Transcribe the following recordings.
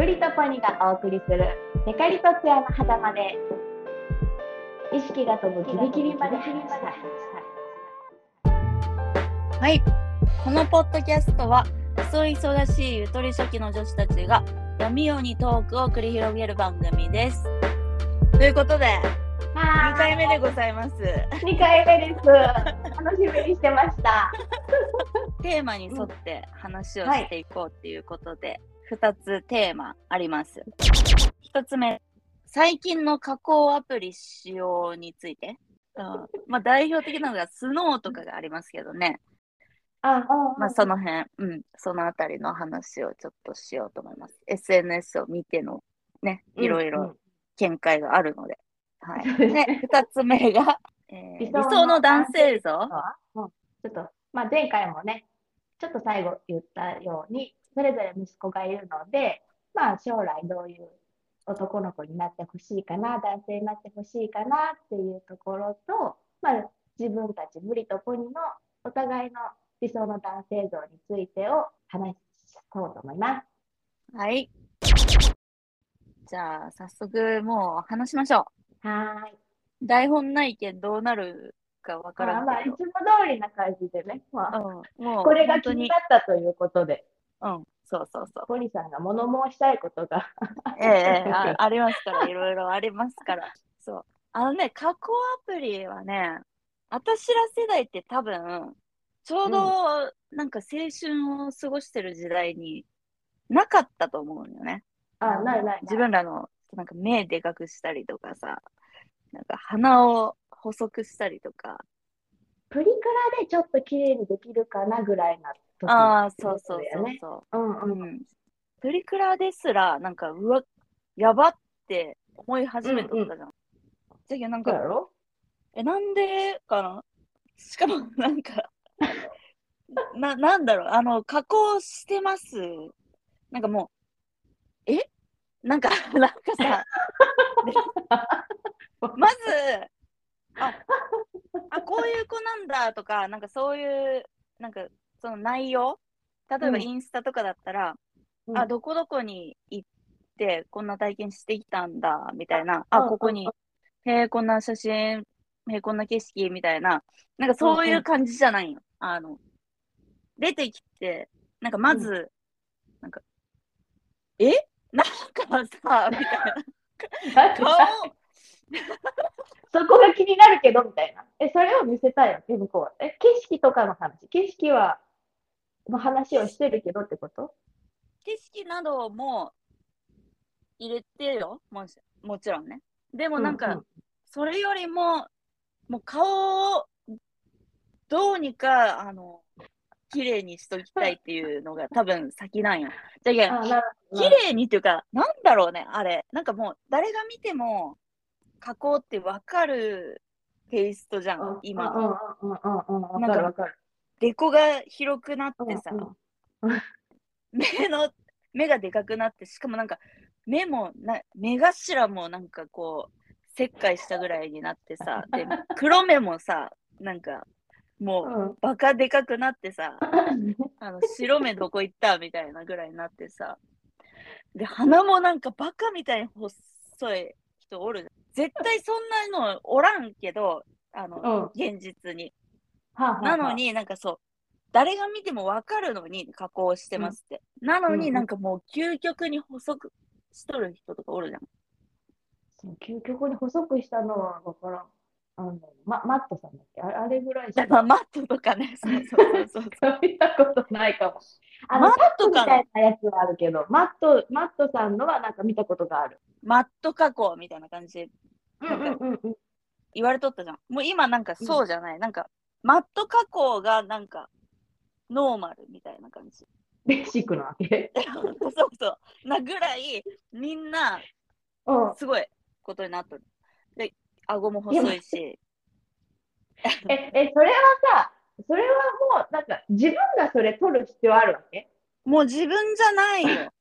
リとポニがお送りするテカリとツヤの狭間で意識が飛ぶギリギリまで話したい。 はい、このポッドキャストはそう忙しいゆとり初期の女子たちが闇夜にトークを繰り広げる番組です。ということで2回目でございます。 2回目です。楽しみにしてました。 テーマに沿って話をしていこうっていうことで、2つテーマあります。1つ目、最近の加工アプリ使用について。代表的なのがスノーとかがありますけどね。その辺、そのあたりの話をちょっとしようと思います。SNS を見てのね、いろいろ見解があるので。はい。で、2つ目が、理想の男性像。 ちょっと、前回もね、ちょっと最後言ったように、それぞれ息子がいるので、将来どういう男の子になってほしいかな、男性になってほしいかなっていうところと、自分たちブリとポニのお互いの理想の男性像についてを話そうと思います。 はい。じゃあ、早速もう話しましょう。 はい。 台本ないけんどうなるかわからんけど。 いつも通りな感じでね。 もうこれが気になったということで。 そう。 ポニさんが物申したいことがありますから、いろいろありますから。そう。加工アプリはね、私ら世代って多分、ちょうどなんか青春を過ごしてる時代になかったと思うんよね。 ない。 自分らのなんか目でかくしたりとかさ、なんか鼻を細くしたりとか。 プリクラでちょっと綺麗にできるかなぐらいな時。 そう。プリクラですら、なんか、やばって思い始めとったじゃん。じゃけなんか、なんでかな？しかもなんか、なんだろう、加工してます。なんかもう、なんかさ、まず、こういう子なんだとか、なんかそういう、なんかその内容、例えばインスタとかだったら、どこどこに行ってこんな体験してきたんだ、みたいな、ここに、こんな写真、こんな景色、みたいな、なんかそういう感じじゃないよ。出てきて、なんかまず、なんか、なんかさ、みたいな。顔そこが気になるけど、みたいな。それを見せたいよ、向こうは。景色とかの話。景色は、話をしてるけどってこと？ 景色なども入れてよ、もちろんね。でもなんか、それよりも、もう顔をどうにか、綺麗にしときたいっていうのが多分先なんよ。じゃけん、綺麗にっていうか、なんだろうね、あれ。なんかもう、誰が見ても、加工ってわかるテイストじゃん、今の。なんか、デコが広くなってさ、目がでかくなって、しかもなんか、目頭もなんかこう、切開したぐらいになってさ、で、黒目もさ、なんか、もう、バカでかくなってさ、白目どこ行ったみたいなぐらいになってさ、で、鼻もなんかバカみたいに細い人おる。絶対そんなのおらんけど、現実に。なのになんかそう、誰が見てもわかるのに加工してますって。なのになんかもう究極に細くしとる人とかおるじゃん。 究極に細くしたのはだからマットさんだっけ？あれぐらいしか。マットとかね。そう見たことないかも。マットみたいなやつはあるけど、マットさんのはなんか見たことがある。 マット加工みたいな感じで、なんか言われとったじゃん。もう今なんかそうじゃない。なんか、マット加工がなんか、ノーマルみたいな感じ。 ベーシックなわけそう。なぐらい、みんな、すごいことになっとる。で、顎も細いし。 それはもう、なんか、自分がそれ取る必要あるわけ？ もう自分じゃないよ。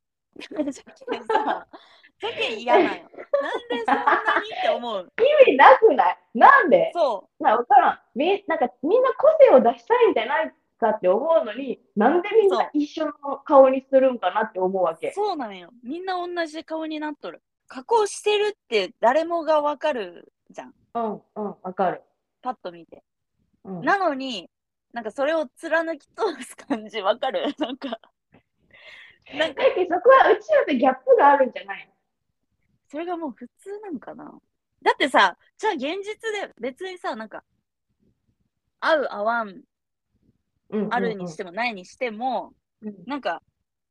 じゃけん嫌なよ。なんでそんなにって思う。 意味なくない？なんで？ そう。 わからん。なんかみんな個性を出したいんじゃないかって思うのに、なんでみんなそう。 一緒の顔にするんかなって思うわけ。 そうなんよ。みんな同じ顔になっとる。加工してるって誰もがわかるじゃん。 わかる。 パッと見て。 うん。 なのに、なんかそれを貫き通す感じわかるなんか、 だけどそこはうちらとギャップがあるんじゃないそれがもう普通なんかな。だってさ、じゃあ現実で別にさ、なんか、合う合わん、 の？うんあるうんうん。 にしてもないにしても、 うんなんか、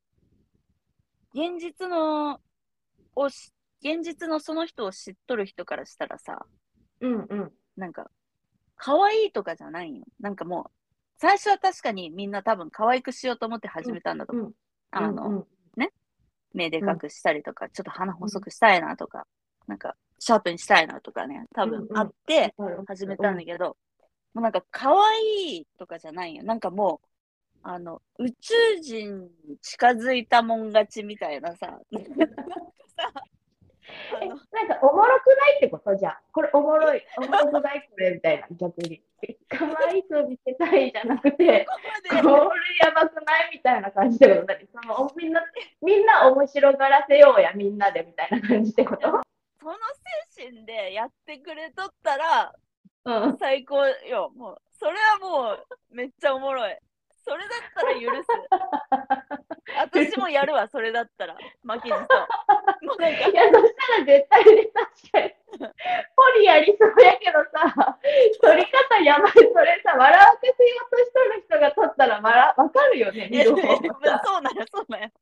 現実のをし、現実のその人を知っとる人からしたらさ、 うんうん。 なんか、可愛いとかじゃないよ。なんかもう、最初は確かにみんな多分可愛くしようと思って始めたんだと思う。 うんあの、 うんうんね、目でうんかくしたりとか、ちょっと鼻うん細くしたいなとか、なんか、シャープにしたいなとかね、多分あうんうん。わってかるわかる。 始めうん。 たんだけど、もうなんか可愛いとかじゃないよ。なんかもう、宇宙人に近づいたもん勝ちみたいなさ、なんかさ、あの、 なんかおもろくないってことじゃん。これおもろい、おもろくないこれみたいな、逆に。可愛いと見せたいじゃなくそこて、これまで、 やばくないみたいな感じってことだね。みんな面白がらせようや、みんなでみたいな感じってこと？ その精神でやってくれとったら、 うん。 最高よ。もう、それはもう、めっちゃおもろい。それだったら許す。私もやるわ、それだったら。負けじと。もうなんか、 いや、そしたら絶対に確かに。ポリやりそうやけどさ、取り方やばい。それさ、笑わせようとしとる人が取ったらわかるよね、見る方もさ。 そうなんや、そうなんや。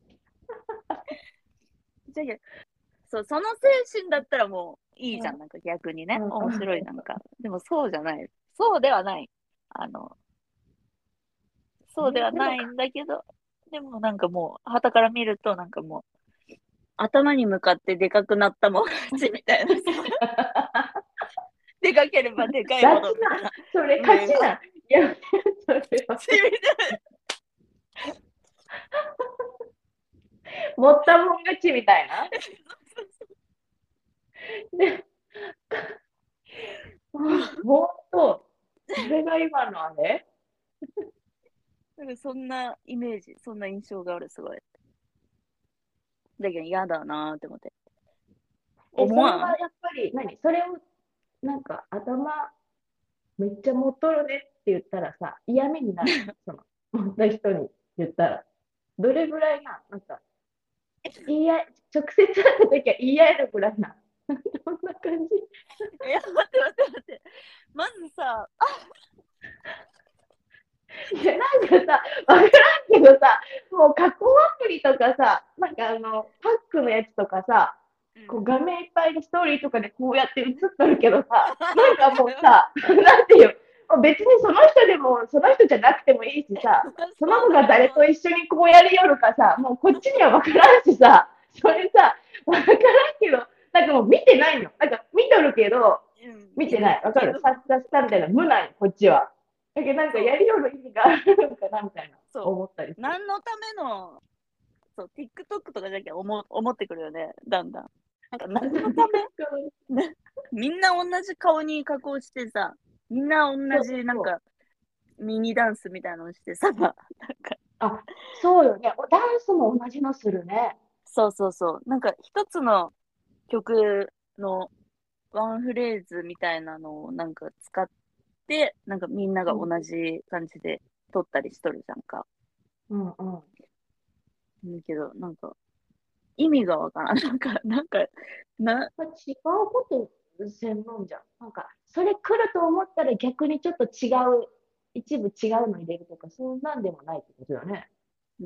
じゃあ、そう、その精神だったらもういいじゃん、なんか逆にね。面白い、なんか。でもそうじゃない。そうではない。あの、そうではでもないんだけど、でもなんかもう、傍から見ると、なんかもう、頭に向かってでかくなったもん勝ちみたいなさ。でかければでかいほガチな、 どみたいな。 それ勝目が。 ちな。いや、それは。 ちみたいな。 持ったもん勝ちみたいな。で、本当、それが今のあれなんかそんなイメージ、そんな印象がある、すごい。だけど嫌だなーって思って。思わん。 それはやっぱり、それを、なんか、頭、めっちゃ持っとるねって言ったらさ、嫌味になる。その、持った人に言ったら。どれぐらいなんか、言い合い、直接会った時は言い合えるぐらいな。そんな感じ。 いや、待って待って待って。まずさ、 いや、なんかさ、わからんけどさ、もう加工アプリとかさ、パックのやつとかさ、 うん。 こう画面いっぱいでストーリーとかでこうやって映っとるけどさ、なんかもうさ、なんていう、別にその人でも、その人じゃなくてもいいしさ、その子がそうなんよ、そうなんよ。 誰と一緒にこうやりよるかさ、もうこっちにはわからんしさ、それさ、わからんけど、なんかもう見てないの。なんか見とるけど、 うん、見て見てない。わかるけど、 るさっさっさみたいな、無ない、こっちは。だけどなんかそう、 やりよる意味があるのかなみたいなそう。 思ったりする。 何のための、そう、TikTok とかじゃなきゃ思ってくるよね、だんだん。なんか何のためね、みんな同じ顔に加工してさ、みんな同そうそうそう。 じなんかミニダンスみたいなのしてさ、なんか、 あ、そうよね。ダンスも同じのするね。 そうそうそう、なんか一つの曲のワンフレーズみたいなのをなんか使って、なんかみんなが同うんじ感じで撮ったりしとるじゃんか。 うんうん。 だけど、なんか意味がわからん。な、 まあ、違うこと専門じゃん。なんか、それ来ると思ったら逆にちょっと違う、一部違うの入れるとか、そんなんでもないってことだね。 うん、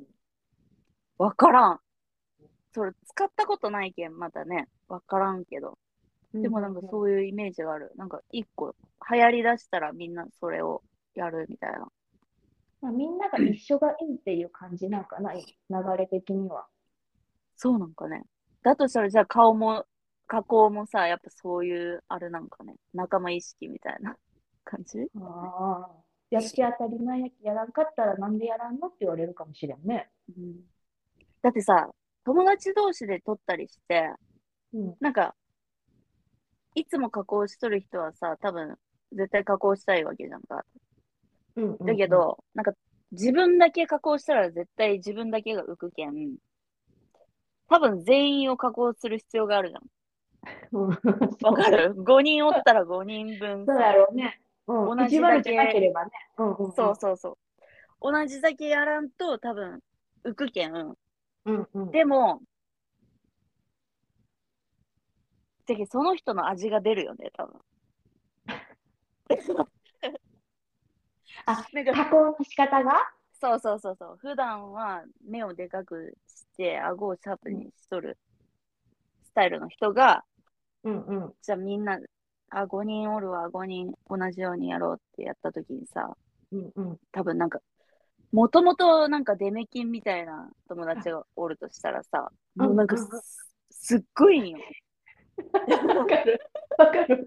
わからん。それ使ったことないけん、またね、わからんけど。 うんうんでもなんかうん。 そういうイメージがある。なんか一個流行り出したらみんなそれをやるみたいな。 まあ、みんなが一緒がいいっていう感じなんかな、流れ的には。 そうなんかね。だとしたらじゃあ顔も、加工もさ、やっぱそういう、あれなんかね。仲間意識みたいな感じ。 ああ、やって当たり前やきやらんかったらなんでやらんのって言われるかもしれんね。 うん、だってさ、友達同士で撮ったりして、 うん。 なんか、いつも加工しとる人はさ、多分、絶対加工したいわけじゃんか。 うんうんうん。 だけど、なんか自分だけ加工したら絶対自分だけが浮くけん、多分全員を加工する必要があるじゃん。 うん、 わかそうね。 る？ 5 人おったら5人分そうやさ、 ろうね。うん。 同じ意地悪じゃなけだけ、 ればね。うんうんそうそうそう。同じだけやらんと多分浮くけん。 うん。うんうん。 でも、じゃけその人の味が出るよね、多分。 あ、 なんか、 加工の仕方が。 そうそうそうそう。普段は目をでかくして、顎をシャープうんにしとるスタイルの人が、 うんうん。 じゃあみんな、あ、5人おるわ、5人同じようにやろうってやった時にさ、 うんうん。 多分なんか、もともとなんかデメキンみたいな友達がおるとしたらさ、 うんうんもうなんかうん。 すっごいんよ。でも、 わかる。わかる。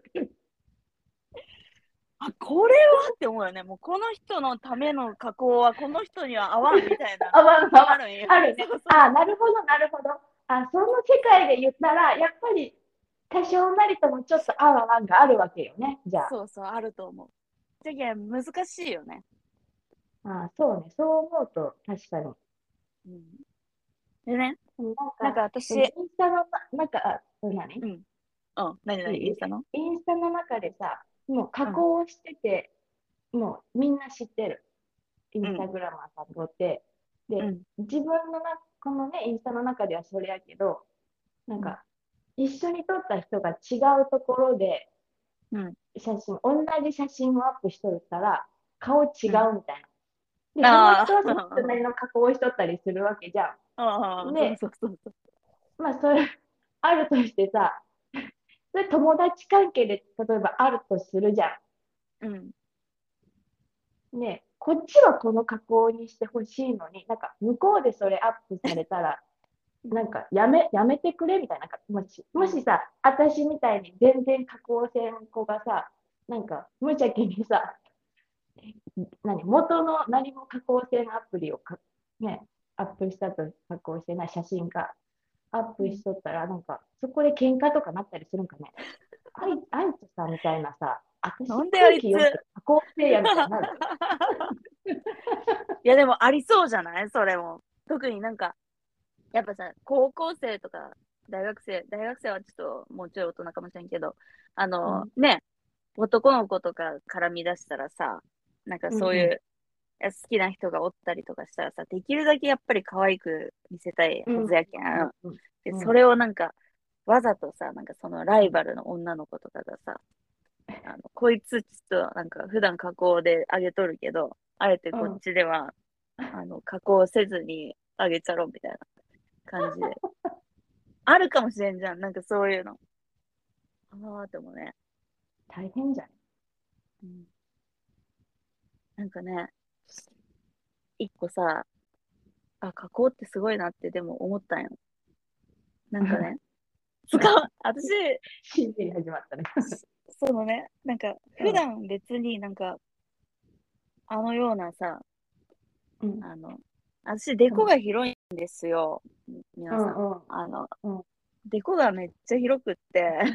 あ、これはって思うよね。もうこの人のための加工はこの人には合わんみたいな、 あ、まあまあまあ、 あるんよ。 あるね。 そうそう。 あ、なるほど、なるほど。あ、その世界で言ったら、やっぱり多少なりともちょっと合う合わんがあるわけよね。じゃそうそう、あると思う。じゃけん難しいよね。 あ、そうね。そう思うと確かに。 うん、でね、 なんなんかか、でもイ私、 ンスタの中、あ、何うん、うん、何々イいいンスタのインスタの中でさ、もう加うん、 工をしてて、もうみんな知ってる。インスうん、 タグラマーさんとって。で、 うん、 自分のこのね、インスタの中ではそれやけど、なんうん、 か、一緒に撮った人が違うところでうん、 同じ写真をアップしとったら、顔違ううん。 みたいな。で、そのあ人はその人なあ、 りの加工をしとったりするわけじゃあん。 あ、そうで、 そうそうそう。 まあ、それ、あるとしてさ、それ友達関係で、例えばあるとするじゃうん、 ん。ね、こっちはこの加工にしてほしいのに、なんか向こうでそれアップされたら、なんかやめてくれみたいな、 うん、 もしさ、私みたいに全然加工せん子がさ、なんか無邪気にさ、元の何も加工せんアプリをね、アップしたと加工してない写真がアッうん。 プしとったら、なんかそこで喧嘩とかなったりするんかね。あいつさ、みたいなさ、私なんであ空いつ気読んで加工せやみたいになる。 いや、でもありそうじゃないそれも。特になんか、やっぱさ、高校生とか、大学生はちょっともうちょい大人かもしれんけど、 うん、 ね、男の子とか絡み出したらさ、なんかうん、うん、 そういう好きな人がおったりとかしたらさ、できるだけやっぱり可愛く見せたいうん、 はずやけん。 うん、 で、 うん、 それをなんか、わざとさ、なんかそのライバルの女の子とかがさ、こいつちょっとなんか普段加工であげとるけど、あえてこっうん。 ちでは、加工せずにあげちゃろうみたいな感じで。あるかもしれんじゃん。なんかそういうの。ああ、でもね。 大変じゃん。 うん、なんかね、一個さ、あ、加工ってすごいなってでも思ったんよ。なんかね、私、 真剣に始まったね。 そのね、なんか、 うん、 普段別になんか、あのようなさ、 うん、 あの、私、デうん、 コが広いんですよ。 うん、 皆さん。 うん。うん、 デコがめっちゃ広くって、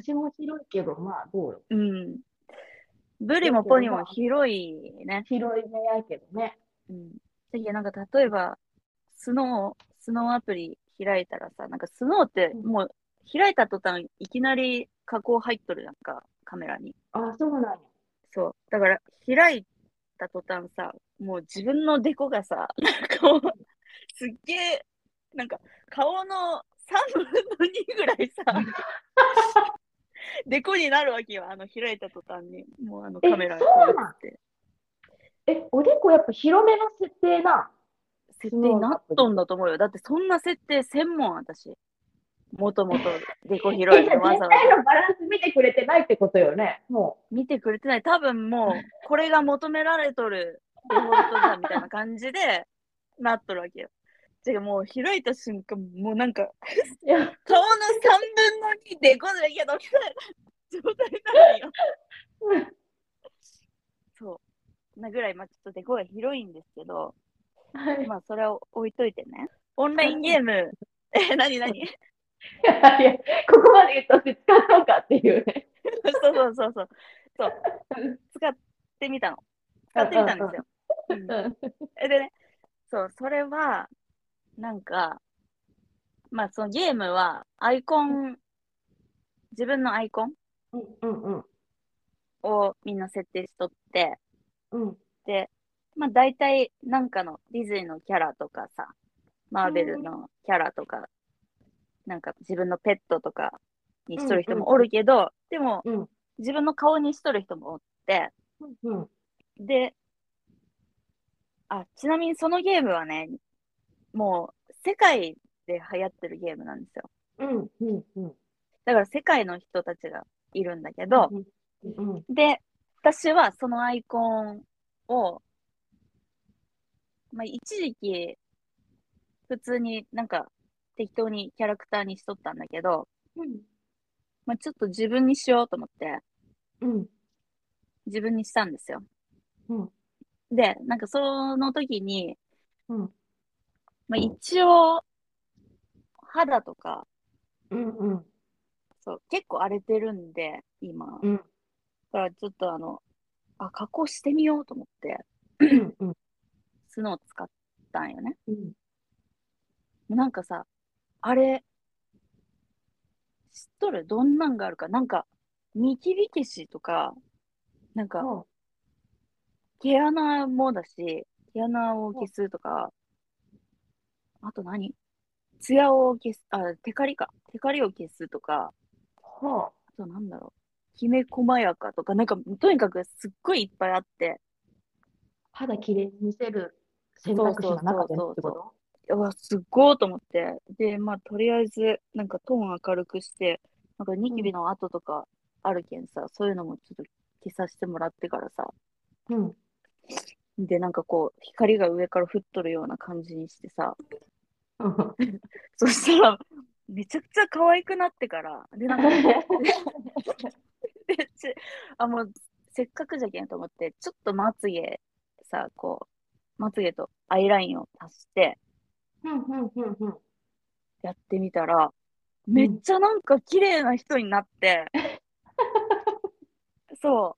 私も広いけど、まあ、どうよ。 うん。ブリやけど、 もポニまあ、 も広いね。 広い目やけどね。 うん。だけどなんか、例えば、スノーアプリ開いたらさ、なんかスノーってうん、 もう開いた途端いきなり加工入っとるやんか、カメラに。 あ、そうなんや。 そう。だから開いた途端さ、もう自分のデコがさ、なんかもうすっげえ、なんか顔の3分の2ぐらいさ、デコになるわけよ。開いた途端に。もうカメラそこう映っうなん。 て。 おでこやっぱ広めの設定な。ス設定になっノーのアプリ。 とんだと思うよ。だってそんな設定専門私。もともとデコ広いのじゃあ全わざわざ。 体のバランス見てくれてないってことよね。も見てくれてない。多分もう、これが求められとるデフォルトじゃんみたいな感じで、なっとるわけよ。違う、もう開いた瞬間、もうなんか、 う。いや、 顔の3分の2デコだけど、みたいな状態になるんよ。そう。なぐらい、まあちょっとデコが広いんですけど、 はい。 まあそれを置いといてね。オンラインゲーム、何何いやいや、ここまで言っとって使ったのかっていうね。 そうそうそうそう。そう、使ってみたの。 うん使ってみたんうんですよ。 うん。でね、そう、それは、なんか、まあ、そのゲームは、アイコン、自分のアイコンうんうんうんをみんな設定しとって、 うんで、まあ、大体、なんかのディズニーのキャラとかさ、マーベルうんのキャラとか、なんか自分のペットとかにうしとるんうん人もおるけど、でも、 うん自分の顔にしとる人もおって、 うんで、ちなみにそのゲームはね、もう世界で流行ってるゲームなんですよ。 うんうんうんだから世界の人たちがいるんだけど、 うんうんで、私はそのアイコンを、まあ、一時期普通になんか適当にキャラクターにしとったんだけど、 うんまあ、ちょっと自分にしようと思ってうん自分にしたんですよ。 うんで、なんかその時に、 うんまあ、一応肌とか、 うんうんそう、結構荒れてるんで、今。だうんからちょっと加工してみようと思って、 うんうんスノー使ったんよね。 うんなんかさ、あれ、知っとるどんなんがあるか。なんか、ニキビ消しとか、なんか、 ほ毛穴もだし、毛穴を消うほすとか、あと何ツヤを消す、テカリか。テカリを消すとか、 ほあとなんだろう。きめ細やかとか、なんか、とにかくすっごいいっぱいあって、 肌きれいに見せる選そう択肢そうそうがなかったっそうそてこと？ う。うわ、すっごいと思って。で、まあ、とりあえず、なんかトーン明るくして、なんかニキビうんの跡とかあるけんさ、そういうのもちょっと消させてもらってからさ、 うんで、なんかこう、光が上から降っとるような感じにしてさ、 うんそしたら、めちゃくちゃ可愛くなってから、で、なんか、で、もう、せっかくじゃけんと思って、ちょっとまつげ、さ、こう、まつげとアイラインを足して、 うんうんうんうんやってみたら、めっうんちゃなんか綺麗な人になって、そう。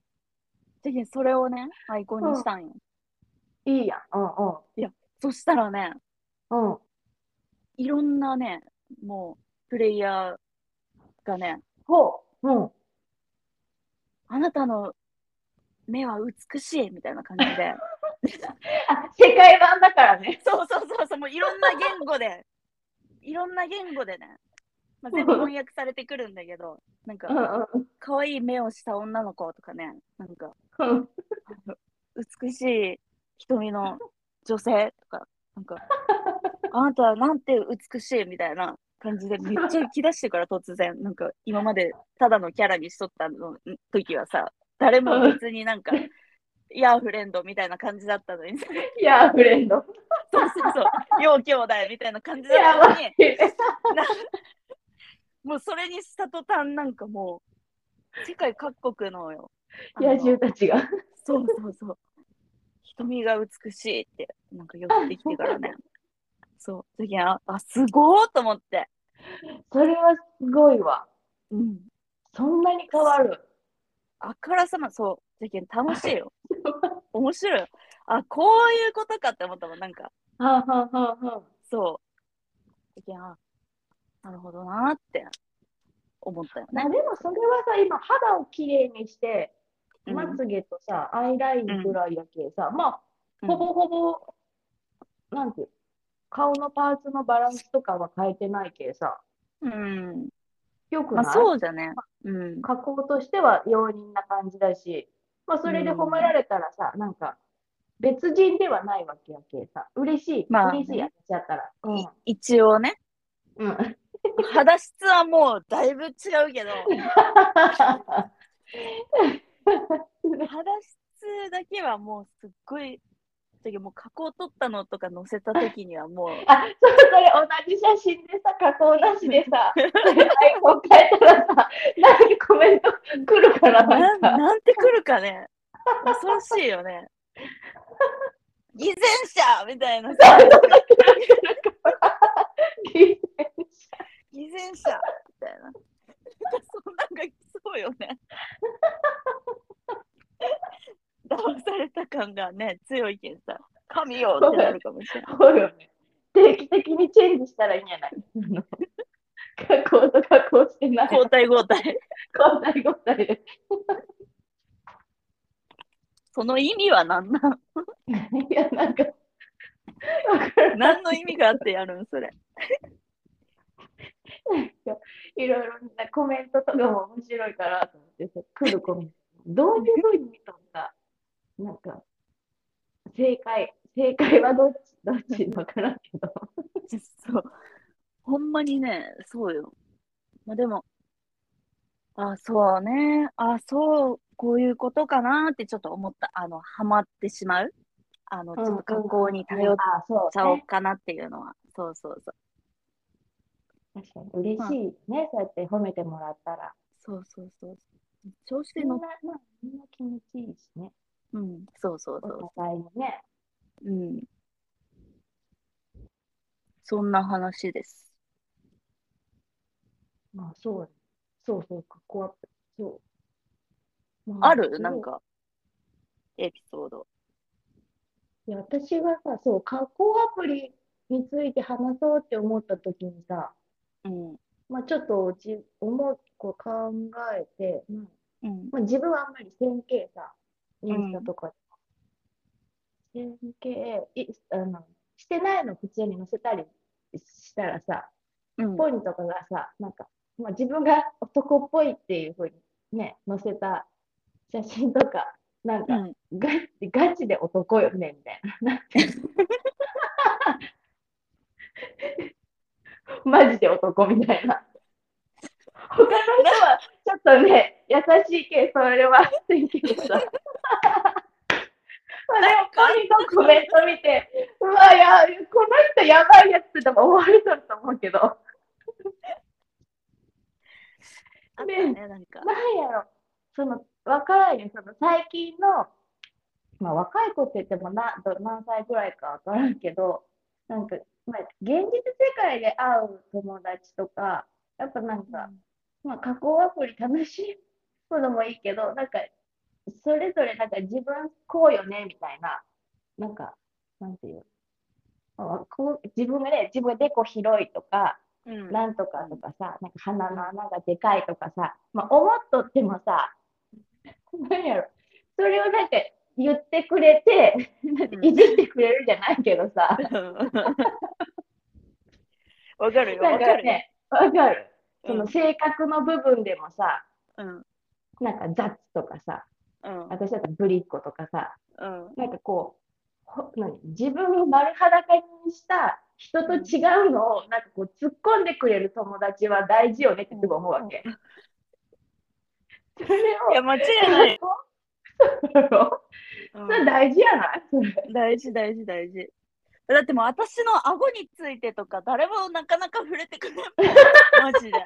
で、それをね、アイコンにしたんよ。 いいやん。うんいや、そしたらね、 うんうん。 いろんなね、もう、プレイヤーがね、 ほう。うん。 あなたの目は美しいみたいな感じで、 あ、世界版だからね。 そうそうそうそう、もういろんな言語で、いろんな言語でね、まあ、全部翻うん訳されてくるんだけど、なんか、 うんうん可愛い目をした女の子とかね、なんか、 うん。 あの美しい瞳の女性とか、なんか、あなたはなんて美しいみたいな感じでめっちゃ浮き出してから突然、なんか今までただのキャラにしとったの時はさ、誰も別になんか、いやフレンドみたいな感じだったのに、 いや、フレンド。 そうそうそう、よう兄弟みたいな感じだったやばのに、 い。 なもうそれにした途端なんかもう、世界各国のよ、 野獣たちが。 そうそうそう、瞳が美しいって、なんか寄ってきてからね、そう、次すごーと思って、 それはすごいわ。 うん。 そんなに変わる。 あからさま、そう。じゃけん楽しいよ。面白いよ。こういうことかって思ったもん。なんか、 はあはあはあはあ。 そう。じゃけん、なるほどなーって思ったよね。 まあでもそれはさ、今肌をきれいにして、まうん、 つげとさ、アイライうん、 ンぐらいやけさ、まあ、 うん、 ほぼほぼ、なんていう、顔のパーツのバランスとかは変えてないけさ、 うん。 よくまあ、 ない？ そうじゃね。うん、 加工としては容認な感じだし、まあそうれで褒めらん。 れたらさ、なんか別人ではないわけやけさ、嬉しい、嬉しい、 まあね。 私やったら。うん。 一応ね。 うん。 肌質はもうだいぶ違うけど、肌質だけはもうすっごい、だけどもう加工取ったのとか載せた時にはもあ、それ同じ写真でさ、加工なしでさ、それアイコン変えたらさ、なんかコメント来るかう、 ら、なんか、 なんてくるかね。恐ろしいよね。偽善者みたいなさ、なんか、偽善者みたいな。なんかそうよね。騙された感がね、強いけんさ。 神よってなるかもしれない。 そうよね。定期的にチェンジしたらいいんじゃない？加工と加工してない。 交代交代。 交代交代で。 その意味は何なん？ いや、なんか、わからない。 何の意味があってやるんそれ。 いろいろなコメントとかも面白いからと思ってさ、来るコメント。どういうふうに見たのか、なんか、正解はどっちわからんけど。 そう。ほんまにね、そうよ。まあでも、あ、そうね。あ、そう、こういうことかなってちょっと思った。ハマってしまう。ちょっと加工に頼っあ、そちゃおううね。 かなっていうのは。そうそうそう。 確かに嬉まあ、 しいね。そうやって褒めてもらったら。 そうそうそう。調子の、 まあ、みんな気持ちいいしね。 うん、そうそうおそうそ互いにね。 う。うん、そんな話です。 まあ、そうか、こうやって、そう。まあ、 あるなんそか、エピソード。 う。いや、私がさ、そう、加工アプリについて話そうって思った時にさ、 うん、 まあ、ちょっとこう考えて、 うん、 まあ、自分はあんまり線形さ、インスタうん、 とか線形、してないの普通に載せたりしたらさ、 うん、 ポイントとかがさ、なんか、まあ、自分が男っぽいっていうふうにね、載せた写真とか、なんか、 うん。 ガチで男よね、みたいな。なんていうのマジで男みたいな。他のな、 人はちょっとね、優しいけど、それはせんけどさ。まあ、でも、 なんかあっポニーのたな。 コメント見て、うわ、この人やばいやつでも思われとると思うけど。で、 あったね、なんか。 なんやろ、わからんよ、最近の、まあ、若い子って言っても何歳ぐらいかわからんけど、なんか、まあ、現実世界で会う友達とか、やっぱなんか、 うん、 まあ、加工アプリ楽しむのもいいけど、なんか、それぞれなんか自分こうよね、みたいな、なんか、なんていう、自分がでこ広いとか、 うん、 なんとかとうん、 かさ、なんか鼻うん。 の穴がでかいとかさ、まあ、思っとってもさ、なんやろ、それをなんか言ってくれて、 うん。 いじってくれるじゃないけどさ、 わかるよ、 なんわかるよ。 かね、わかる。そのうん、 性格の部分でもさ、 うん、 なんか雑とかさ、 うん、 私だったらぶりっ子とかさ、 うん、 なんかこう、自分を丸裸にした人とうん、 違うのをなんかこう突っ込んでくれる友達は大事よねってすうん。 ごい思うわけ。 うん。 それをいや、間違いない。 学校うそれん。 大事やないそれ。 大事、大事、大事。だってもう私の顎についてとか誰もなかなか触れてくれんもん。マジで。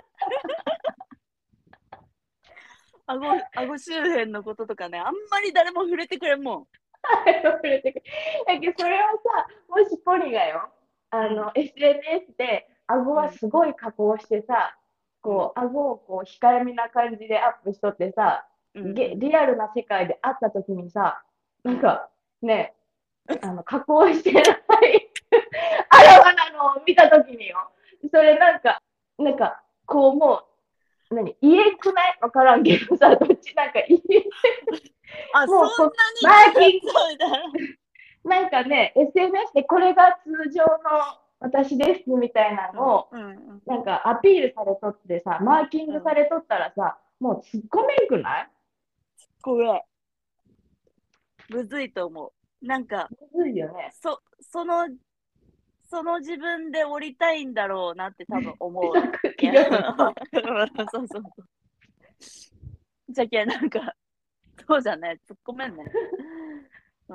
顎周辺のこととかね、あんまり誰も触れてくれんもん。 だけどそれをさ、もしポリがよ、 うん、 SNS で顎うん、 はすごい加工してさ、 うん、 こう、顎をこう控えめな感じでアップしとってさ、 うん、うん、 リアルな世界で会った時にさ、 うん。 なんかね、加工してないあらわなのを見た時によ、それなんか、こうもう、言えんくないわからんけどさ、どっちなんか言えん、 あ、そんもうこう、 なに気がマーキング、 そうみたいな。 なんかね、SNS でこれが通常の私ですみたいなうん、 のを、 うん、うん、 なんかアピールされとってさ、マーキンうん。 グされとったらさ、もう突っ込めんくない？ 怖い。むずいと思う。なんか、 むずいよね。 そ、その、その自分で降りたいんだろうなって多分思う。いや、 気がする。 そうそうそう。じゃけなんか、そうじゃね、突っ込めんね。うん。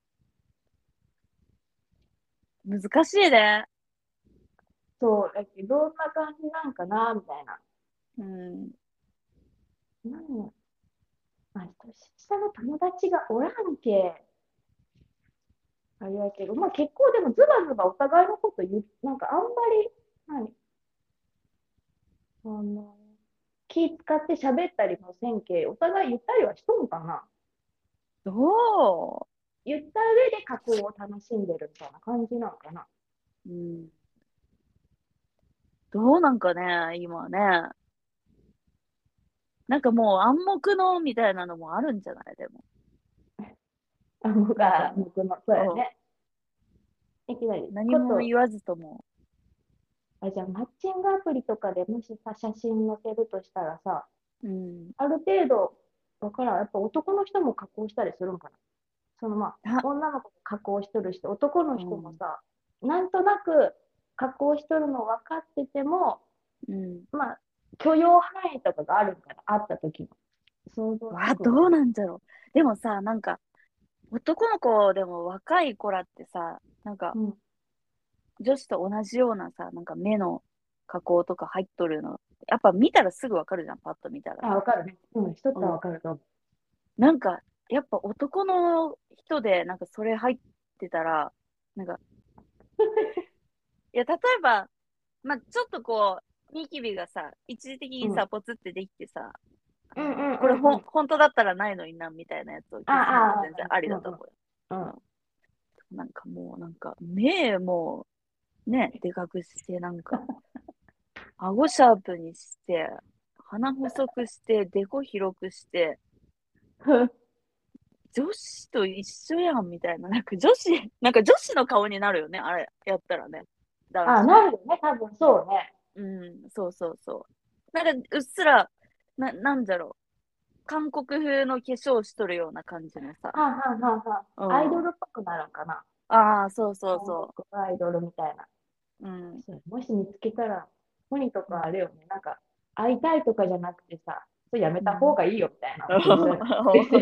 難しいね。 そう、だけど、どんな感じなんかな、みたいな。 うん。 なんや、まあ、年下の友達がおらんけ、あれやけど、まあ結構でもズバズバお互いのことなんかあんまり、あの、気使って喋ったりもせんけ、お互い言ったりはしとんかな。 どう言った上で加工を楽しんでるみたいな感じなのかな。 うん。どうなんかね、今ね。なんかもう暗黙のみたいなのもあるんじゃないでも。なんかも僕の、 う、 そうやね。いきなり、 何も言わずとも。 じゃあマッチングアプリとかでもしさ、写真載せるとしたらさ、 うん。 ある程度、わからん、やっぱ男の人も加工したりするんかな。 あ、 女の子も加工しとるし、男のうん。 人もさ、なんとなく加工しとるの分かってても、 うん。 まあ、許容範囲とかがあるんかな、会った時の。想像つくんかな。 どうなんだろう。でもさ、なんか、男の子でも若い子らってさ、なんか、 うん。 女子と同じようなさ、なんか目の加工とか入っとるの。やっぱ見たらすぐわかるじゃん、パッと見たらあ、 さ。 分かるね。うん、一つはうん。 分かると思なんか、やっぱ男の人で、なんかそれ入ってたら、なんか、いや、例えば、まあ、ちょっとこう、ニキビがさ、一時的う。うん。 にさ、ポツってできてさ、 うんうんこれうんうん。 本当だったらないのにな、みたいなやつをあ消すのはあ、 全然ありうんうんだと思うよ。 うん。 なんかもう、なんか、目もね、でかくして、なんか、顎シャープにして、鼻細くして、デコ広くして、 うん。 女子と一緒やん、みたいな。なんか女子の顔になるよね、あれ、やったらね。男あ、 子の。 なるよね、多分そうね。 うん、そうそうそう。なんか、うっすら、なんだろう。韓国風の化粧しとるような感じのさ。 はあ、はあはあはうあ、アイドん。 ルっぽくなるんかな。 ああ、そうそう韓そ国アイドルみたいな。 う。うん。 そう、もし見つけたら、ポニとうん。 かあれよね、なんか、会いたいとかじゃなくてさ、それやめた方うん。 がいいよみたいなの送りそうやな。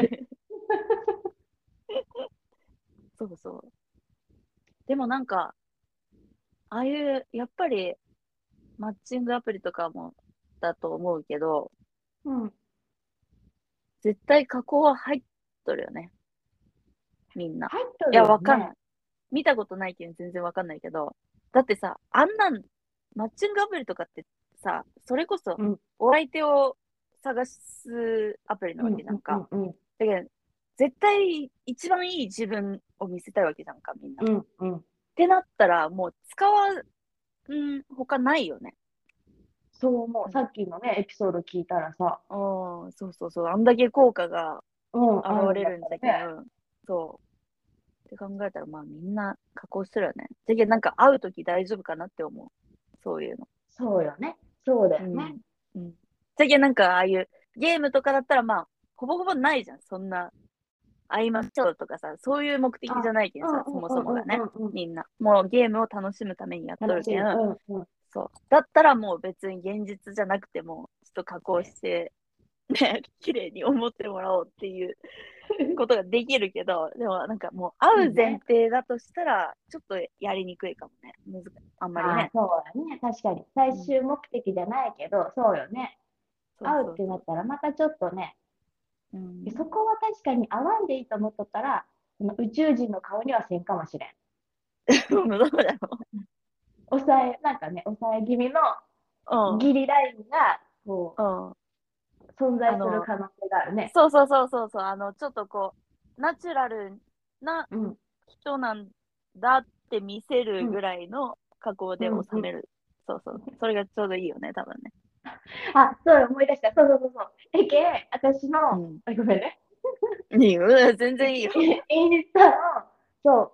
そうそう。でもなんか、ああいう、やっぱり、マッチングアプリとかもだと思うけど、 うん。 絶対加工は入っとるよね。みんな。 入っといや、 るよね。 わかんない。見たことないけど全然わかんないけど。だってさ、あんなん、マッチングアプリとかってさ、それこそうん。 お相手を探すアプリなわうんうんうけじゃんか。 んうん。 だけど、絶対一番いい自分を見せたいわけじゃんか、みんな。っうんうん。 てなったら、もう使わ他ないよね。 そう思う。 うん、 さっきのね、エピソード聞いたらさ、 そうそうそう。あんだけ効果がうん、 現あるんれだったらね。 るんじゃけん。そう。って考えたら、まあみんな加工するよね。じゃけんなんか会うとき大丈夫かなって思う。そういうの。 そうよね。そうだよね。 うん。うん。じゃけんなんかああいうゲームとかだったらまあ、ほぼほぼないじゃん。そんな会いましょうとかさ、そういう目的じあ、 ゃないけんさ、 うんうんそもうんうんそもがね。 うんうん。 みんな。もうゲームを楽しむためにやっと楽しい。 るけん。 うんうん。 そう。だったらもう別に現実じゃなくても、ちょっと加工して、ね、綺麗に思ってもらおうっていうことができるけど、でもなんかもう会う前いいね。 提だとしたら、ちょっとやりにくいかもね。あんまりああ、 ね。 そうだね。確かに。最うん。 終目的じゃないけど、そうよね。 そう会うってなっそうそう。 たらまたちょっとね、 うん。 そこは確かに会わんでいいと思っとったら、その宇宙人の顔にはせんかもしれん。 どうだろなんかね、抑え気味のう。 ギリラインが、こうん。うん。 う、存在するあの、 可能性があるね。 そうそうそうそうそう。ちょっとこう、ナチュラルなうん、 人なんだって見せうん、 るぐらいの加工でうん、うん。 収める。そうそう。それがちょうどいいよね、多分ね。 あ、そう思い出した。そうそうそうそう。私の、 うん。 ごめんね。 いいよ。全然いいよ。 インスタの、そう、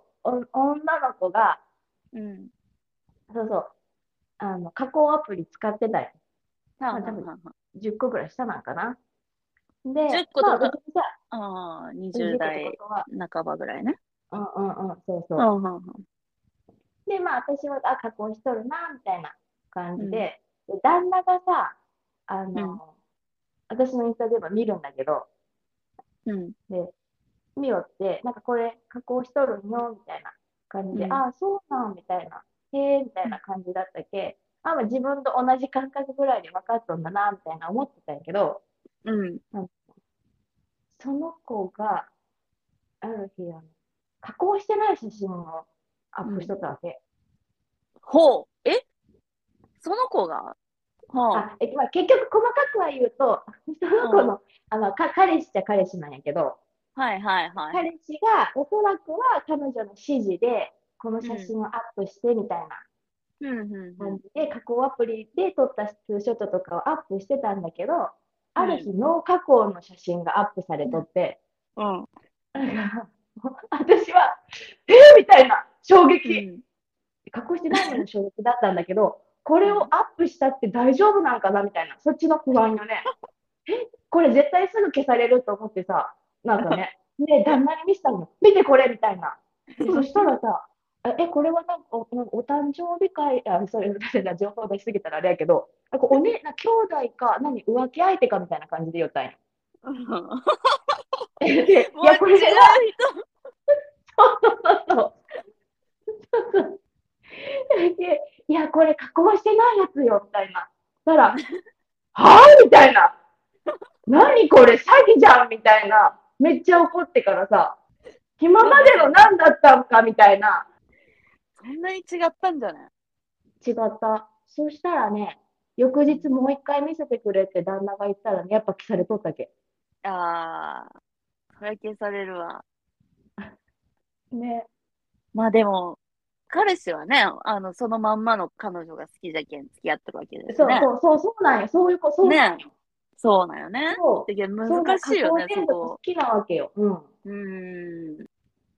女の子が、 うん。 そうそう、加工アプリ使ってたよ。 はんまあ多分はんはんはん。 10個ぐらい下なんかな。 10 で、まあ個ってことは、 別にさ、 20 10個ってこ代とは、 半ばぐらいね。 うんうんうん、そうそうん、うん、 う。で、まあ私は、加工しとるな、みたいな感うん、 じで、旦那がさ、あうん、 の、私のインスタでも見るんだけど、 うん、 で、見よって、なんかこれ加工しとるんよ、みたいな感じで、 うん、 あ、そうなん、みたいな、へえ、みたいうん、 な感じだったけ、まあ自分と同じ感覚ぐらいで分かっとんだな、みたいな思ってたんやけど、 うん。 うんその子がある日、加工してない写真をアップしうん。 とったわけ。 ほう。その子がはまあ、結局細かくは言うと、その子あ、 の、彼氏っちゃ彼氏なんやけど、 はいはいはい。 彼氏がおそらくは彼女の指示で、このうん。 写真をアップしてみたいなうん、うん、うん。 感じで、加工アプリで撮ったツーショットとかをアップしてたんだけど、ある日、 うん。 ノー加工の写真がアップされとって、 うん。 なんか私は、みたいな衝撃。 うん。 加工してないのも衝撃だったんだけど、これをうん。 アップしたって大丈夫なんかなみたいな、そっちの不安よね。これ絶対すぐ消されると思ってさ、なんかね、で、旦那に見せたの、見てこれみたいな。で、そしたらさ、これはなんかお誕生日会、それ、情報出しすぎたらあれやけど、兄弟か、浮気相手かみたいな感じで言ったんよ。 うん。 で、いや、 もう違うこれは、 人。 そうそうそうそうで、いや、これ加工してないやつよ、みたいな。たら、はぁみたいな。何これ詐欺じゃんみたいな。めっちゃ怒ってからさ、今までもさ、 での何だったのかみたいな。 そんなに違ったんじゃない？ 違った。そしたらね、翌うん。 日もう一回見せてくれって旦那が言ったらね、やっぱ消されとったっけ。 ああ、それ消されるわ。 ね。 まあでも、彼氏はね、そのまんまの彼女が好きじゃけん付き合ってるわけですしね。 そうなんよ。そうなんね、 よ。 そうなんよね。 そう。 だけどそうなん、加難しいよね、そ工見るのが好こ。 きなわけよ。うん。 うーん。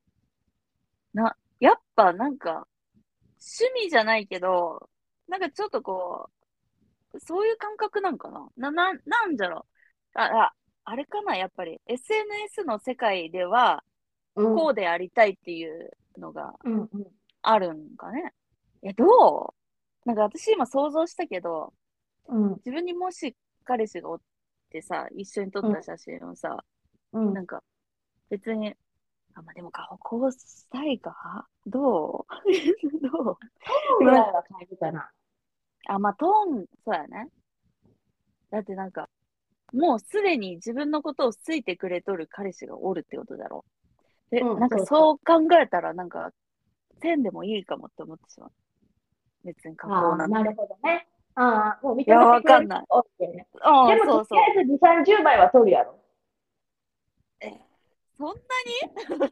やっぱなんか、趣味じゃないけど、なんかちょっとこう、そういう感覚なんかななんじゃろう。あれかな、やっぱり。SNS の世界では、 うん。 こうでありたいっていうのがうん。うん。 あるんかね。どうなんか私今想像したけど、 うん。 自分にもし彼氏がおってさ、一緒に撮っうん。 た写真をさ、 うん。 なんか別に、まあ、でも顔こうしたいかどうどうでもなんか、 ぐらいは感じかな。 まあトーン、そうやね。だってなんか、もうすでに自分のことを好いてくれとる彼氏がおるってことだろう。で、 うん。 なんかそうそそう考えたら、なんか、線でもいいかもって思ってしまう。別に加う。ああ、なる工なんて。 ほどね。ああ、もう認いや、 めてくれるわかんない。 人多いよね。 うん、 でも、とりそうそう。 あえず2、30倍は取るやろ。 え、そんなに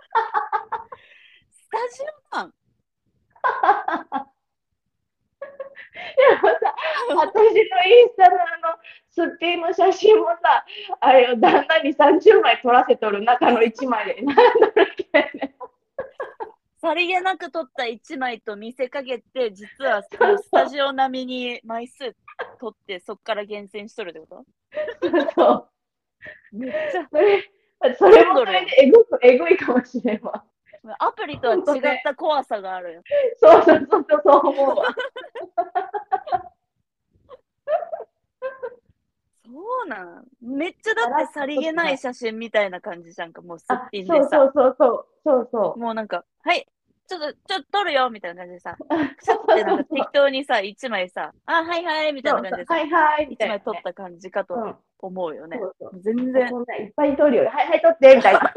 スタジオなん？ でもさ、私のインスタのすっぴんの写真もさ、あれを旦那に30枚撮らせとる中の1枚で、なんだろうけね。 さりげなく撮った1枚と見せかけて、実はもうそうそう、 スタジオ並みに枚数撮って、そっから厳選しとるってこと？ そうそう。 めっちゃそれ、それもそれ飛んどるやん。 でえぐいかもしれんわ。 アプリとは違ほんとね。 った怖さがあるよ。 そう思うわ。 そうなんめっちゃだって笑っさりげないとってない。 写真みたいな感じじゃんか。もうすっあ、 ぴんでさ。 そうそもうなんか、はい、ちょっと撮るよみたいな感じでさ、 う。 プシャってなんか適そう。 当にさ、1枚さ、はいはいみたいそうそう、 な感じでさ、 はいはいみた 1枚いなね。 撮った感じかとうん、 思うよね。 そうそう。 全然、 こんないっぱい撮るよ。はいはい、撮って、みたいな。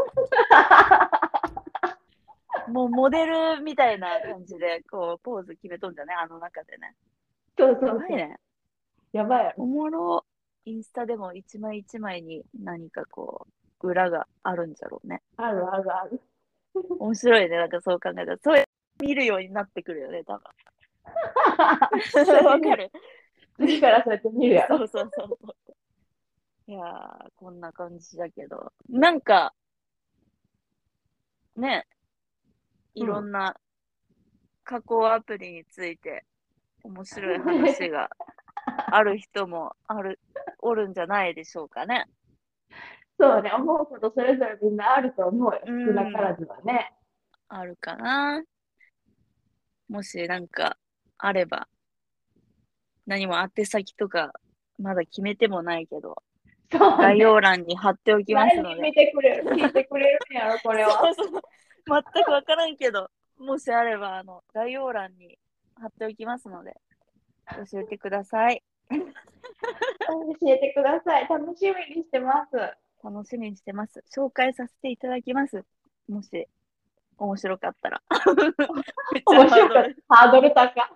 もうモデルみたいな感じで、こう、ポーズ決めとんじゃねあの中でね。 そうそうそう。 やばいね。 やばいやおろ。 もろ。インスタでも一枚一枚に何かこう、裏があるんじゃろうね。 あるあるある。 面白いね。なんかそう考えたら。そう見るようになってくるよね、多分。 それでね、 わかる。 次からそうやって見るやろ。 そうそうそうそう。いやー、こんな感じだけど。なんか、ね、いうん。 ろんな加工アプリについて面白い話がある人もおるんじゃないでしょうかね。 そうね、思うことそれぞれみんなあると思うよ。 う少なからん、 ずはね。 あるかな。もしなんかあれば、何も宛先とかまだ決めてもないけど、 そうね。 概要欄に貼っておきますので。 何人見てくれる、聞いてくれるんやろ、これは。 そうそう。全くわからんけど、もしあれば、概要欄に貼っておきますので、教えてください。 教えてください。楽しみにしてます。 楽しみにしてます。紹介させていただきます。もし、面白かったら。めっちゃ面白かった。 ハードル。 ハードル高。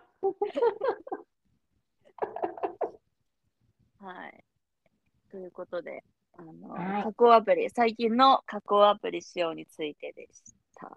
はい。ということで、 はい。 加工アプリ、最近の加工アプリ使用についてでした。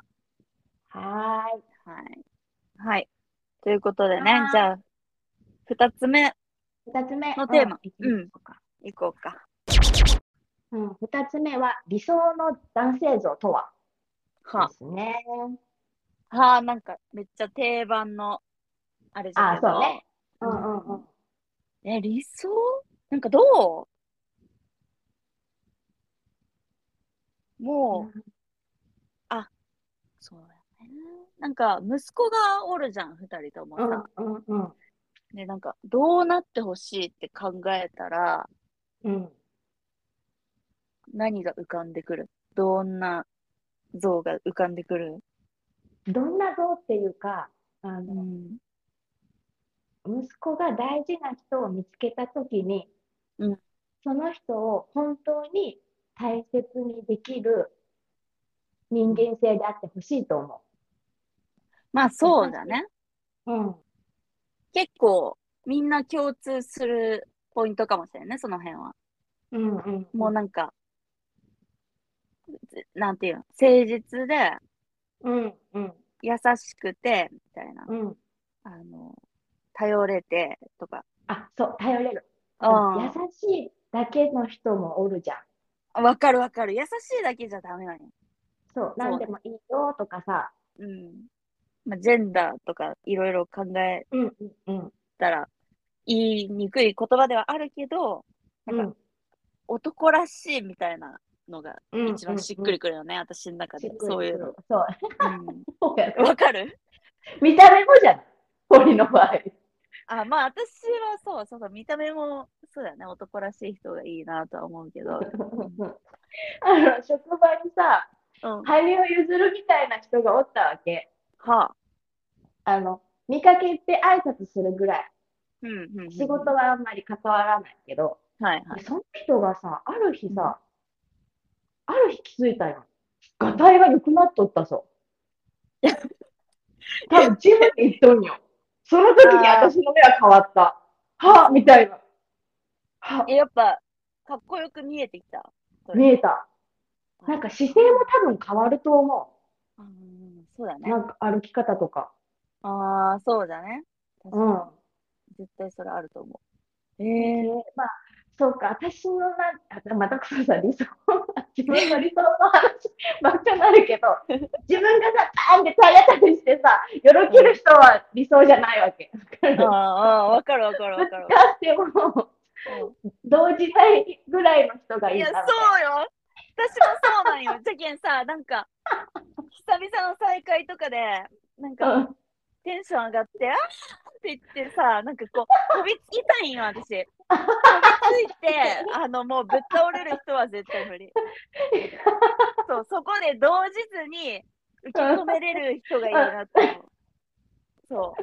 はーい。 はい。はい。ということでね、じはゃあ、二つ目二つ目、 のテーマ、 いきましうん、 ょうか。 いこうか。 二つ目は、理想の男性像とはでは、 すね。 はあ、なんか、めっちゃ定番の、あれじゃあ、 けど、 そうね。うんうんうん。 理想なんかどうもう、 うんあ、そうやね。なんか、息子がおるじゃん、二人ともうんさ。 うんうん。 で、なんか、どうなってほしいって考えたら、 うん。 何が浮かんでくる？どんな像が浮かんでくる？ どんな像っていうか、 うん。 息子が大事な人を見つけたときに、 うん。 その人を本当に大切にできる人うん。 間性であってほしいと思まあ、 う。優そうだね。 しい。うん。 結構、みんな共通するポイントかもしれないね、その辺は。 うんうんうん。 もうなんか、なんていうの、誠実で、 うんうん。 優しくて、みたいな。 うん。 あの、頼れて、とか。 あ、そう、頼れる。優あしいだけの人もおるじゃん。 あ、わかるわかる。優しいだけじゃダメなんよ。 そう、なんそうね。 でもいいよとかさ。 うん。まあ、ジェンダーとかいろいろ考えうんうんうんたら言いにくい言葉ではあるけど、なんかうん男らしいみたいなのがうん一番しっうんうん。 くりくるよね、私の中しで。 っくりくる。 そういうの。 そう。 うん。 そうやな。 わかる？ 見た目もじゃない。堀の場合。 あ、まあ私はそう、見た目もそうだね、男らしい人がいいなとは思うけど。うん。 職場にさ、 うん。 羽生結弦みたいな人がおったわけ。 はあ。 見かけて挨拶するぐらい。 うん、うん、うん、 仕うん。 事はあんまり関わらないけど、 はいはい。 でその人がさ、 うん。 ある日気づいたよ。ガうん。 タイが良くなっとったそう。多分ジムに行っとんよ。その時にあ私の目は変わった。 あ、あ、 はそうなん。 みたいな。はやっぱ、かっこよく見えてきた。それで。 見えた。 あ、 なんか姿勢もそうなん。 多分変わると思うん、そうだう。 ね。 なんか歩き方とか。 ああ、そうだね。 うん。 確かに。絶対それあると思う。 まあ、そうか、私のまたこそさ、自分の理想の話ばっかなるけど、自分がさ、バーンって体当たりしてさ、よろうん。 ける人は理想じゃないわけ。わかる。 わかるわかるぶつわかるわかる。 かっても、 うん。 動じないぐらいの人がいや、 いいな、みたいそうよ。私もそうなんよ。じゃけんさ、なんか、久々の再会とかで、なんか、 な。うん。 テンション上がって、あーって言ってさ、なんかこう、飛びつきたいんよ、私。飛びついて、もうぶっ倒れる人は絶対無理。そう、そこで動じずに受け止めれる人がいいなって思う。そう。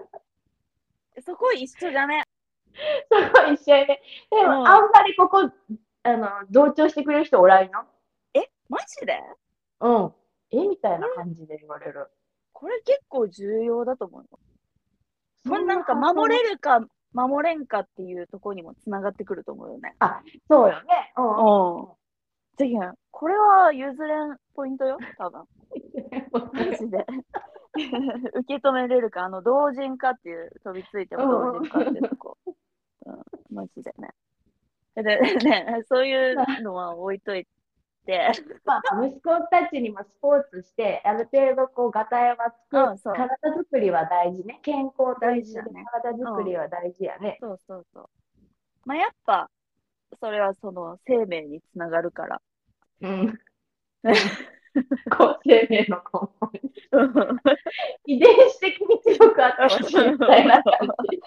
そこ一緒じゃね？ そこ一緒やね。でも、 うん。 あんまりここ、同調してくれる人おらんよ。 マジで？ うん。みたいこれ、 な感じで言われる。 これ結構重要だと思うよ。 そんななんか発想な、 守れるか守れんかっていうところにもつながってくると思うよね。 あ、そうよね。うんうんうんうん。ぜひ、これは譲れんポイントよ、多分。マジで。受け止めれるか、同人かっていう、飛びついてうも同んうん。 人かっていうとこ。うん、マジでね。で、ね、そういうのは置いといて、 まあ、息子たちにもスポーツして、ある程度こう、がたいはうん、そう。 体作りは大事ね。健康と一緒で大事だね。 体作うん、 りは大事やね。 そうそうそう。まあ、やっぱ、それはその生命につながるから。 うん。うん。高生命の根本に。遺伝子的に強くあってほしいみたいな感じ。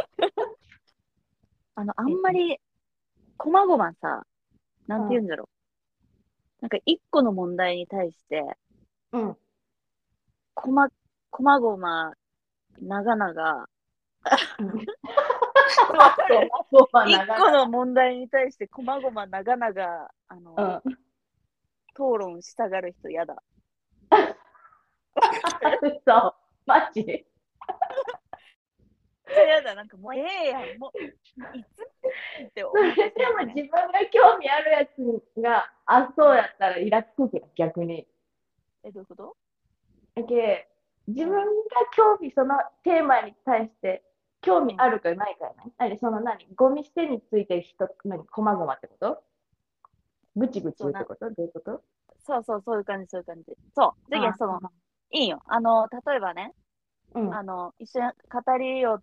あんまり、こまごまさ、なんて言うんうん。 だろう。なんか一個の問題に対して、 うん。 こま、こまごま、長々、 うん。 わかそう、 る？ そうは一長々。 個の問題に対して、こまごま長々、 うん。 討論したがる人嫌だ。 そう、マジ。 ちゃ嫌だ。なんかもうええやん。もう、いつって思ってしでもまうね。 自分が興味あるやつが、あ、そうやったらイラつくけど、逆に。 どういうこと？ だけ自分がうん。 興味、そのテーマに対して興うん。 味あるかないかやない。そのゴミ捨てについてる人、こまごまってこと？ぐちぐちそうな、 言うってこと？どういうこと？ そういう感じ、そういう感じ。そう。じゃけん、 ああ、 いいよ。例えばね、 うん、 一緒に語りよって、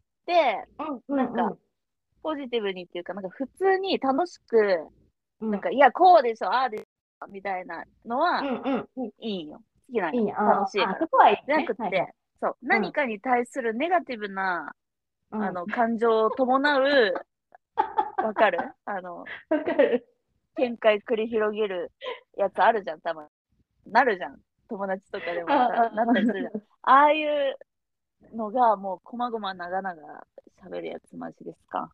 うん、 なんか、 うん、 ポジティブにっていうか、なんか普通に楽しく、 うん、 なんか、いや、こうでしょ、ああでしょ、みたいなのはうん、うん、うん、 いいよ。好きなんよ。 いいね。そ楽しいから。 こはいいね。 じゃなくはいはい。 て、そう、 うん、 何かに対するネガティブな、 うん。 感情を伴う、わかるわかる。 見解繰り広げるやつあるじゃん、たまに。なるじゃん。友達とかでもさ、なったりするじゃん。ああいうのが、もう、こまごま長々喋るやつ、マジですか。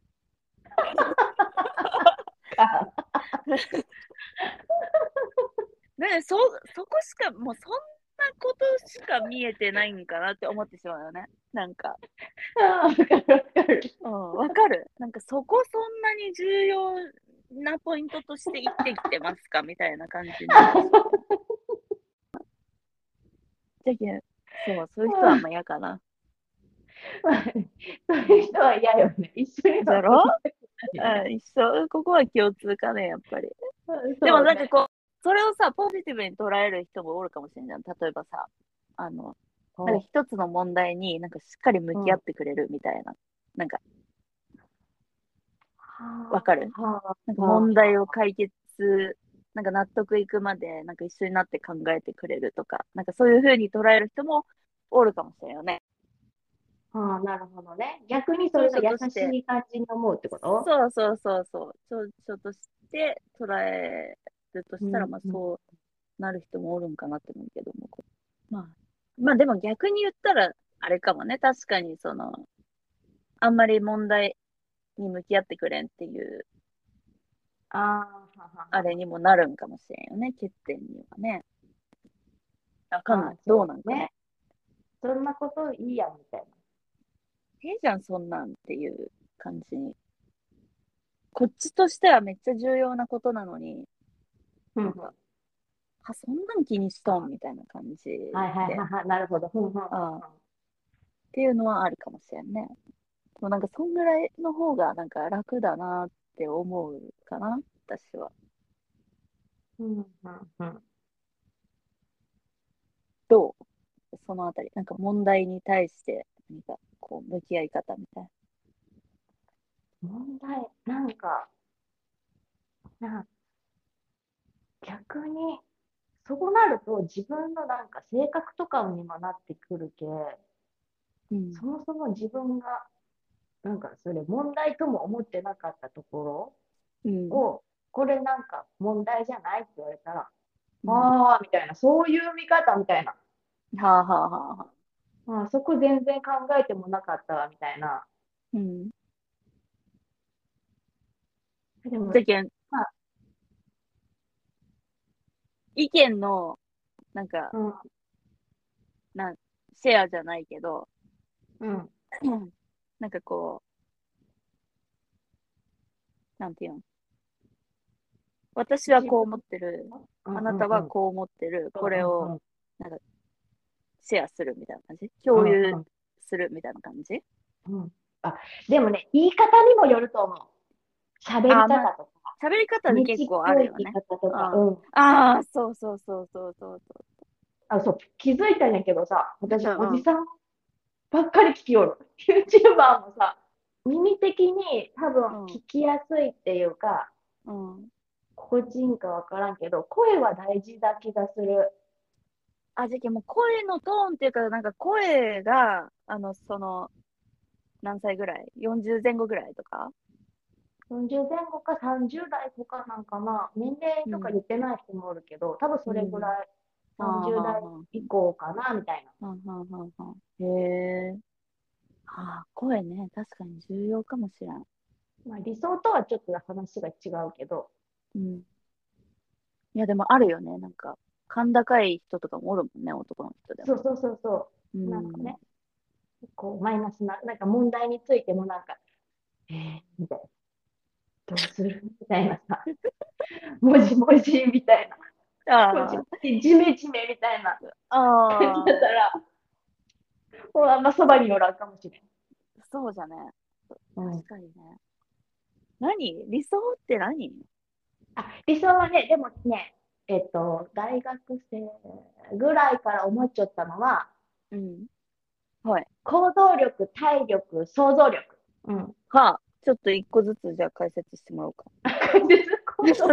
ね、そこしか、もうそんなことしか見えてないんかなって思ってしまうよね。なんか、 わかる、わかる。 うん、わかる。なんかそこそんなに重要なポイントとして生きてきてますかみたいな感じになってしまう。じゃけん、そういう人はあんま嫌かな。 そううん。 いう人は嫌よね。一緒にじゃろ？ は遊びたくないよね。 うん、ここは共通かね、やっぱり。でもそうね。 なんかこう、それをさ、ポジティブに捉える人もおるかもしれない。例えばさ、なんかそ一つの問題になんかしっかり向う。うん。 き合はってくれるみたいな。なんか、わかる？ あ、はあ、 なんかは問題をあ、 解決、なんか納得いくまで、なんか一緒になって考えてくれるとか、なんかそういう風に捉える人もおるかもしれんよね。 はあ、なるほどね。逆にそ長れが優所として、 しい感じに思うってこと？ そう。長所として捉えるとしたら、 うん、 まあうん。 そうなる人もおるんかなって思うけども。まあ、まあでも逆に言ったら、あれかもね。確かにあんまり問題に向き合ってくれんっていうああ、ははあれにもなるんかもしれんよね、欠点にはね。わかんない。 はは。あ、 どうそうね。 なんかね。 そんなこといいや、みたいええじゃん、そんなんっていう感じに。こっちとしてはめっちゃ重要なことなのに、 な。うん、うん。 なんか、そんなん気にしとんみたいな感じはいはいで、 はいはい。なるほど。うん、うん、うん、うん。 っていうのはあるかもしれんね。でもなんか、そんぐらいの方がなんか楽だなって思うかな、私は。 うん、うん、うん。 どうそのあたり。なんか問題に対して、何かこう、向き合い方みたいな。 問題、な逆に、そうなると自分の性格とかにもなってくるけ、 うん。 そもそも自分がそれ問題とも思ってなかったとこうん。 ろを、これ問題じゃないって言われたら、 うん。 ああ、みたいな、そういう見方みたいな、 はあはあはあはあ。 そこ全然考えてもなかったわ、みたいな。 うん。 でも、 じゃけん、 まあ、 意見の、なんか、 うん、 なん、シェアじゃないけど、 うん、 なんかこう、なんていうの、私は自分、 こう思ってる、 うん、 あなうん、うん、 たはこう思ってる、 うん、 これを、 うん、 なんか、シェアするみたいな感じうん、 共有うん、 するみたいな感じ？ うん。あ、でもね、言い方にもよると思う。喋りまあ、 方とか、 喋り方でね結構あちっこい言いるよね。 方とか、 うん。 うん。 そう。 そう、気づいたんやけどさ、私、 うんうん。 おじさんばっかり聞きよる。YouTuber もさ、耳的に多分うん。 聞きやすいっていうか、 うん。 個人かわからんけど、声は大事だ気がする。 あ、じゃけもう声のトーンっていうか、なんか声が、何歳ぐらい？ 40 前後ぐらいとか？ 40前後か30代とかなんかな、年齢とかうん。 言ってない人もおるけど、多分それぐらうん。 いはあは 30代あは以降かな、みたいな。 あ。はあはあはあはあ。へえ。はあ、声ね、確かに重要かもしれん。 まあ、理想とはちょっと話が違うけど、 うん。いや、でもあるよね。なんか、甲高い人とかもおるもんね、男の人でも。 そうそうそうそうう、 ん。 ね、 こうマイナスな、なんか問題についてもなんか、みたいな、どうするみたいなさ、もじもじみたいな、もじもあじ、じめじめみたいなあ、 感じだったああ、 ら、もうあんまそばに寄らんかもしれん。 そうじゃね。 うん。 確かにね。理想って何？ 理想はね、でもね、大学生ぐらいから思っちゃったのは、 うん。はい。 行動力、体力、想像力。うん。 はあ、ちょっと一個ずつじゃあ解説してもらおうか。 で行動、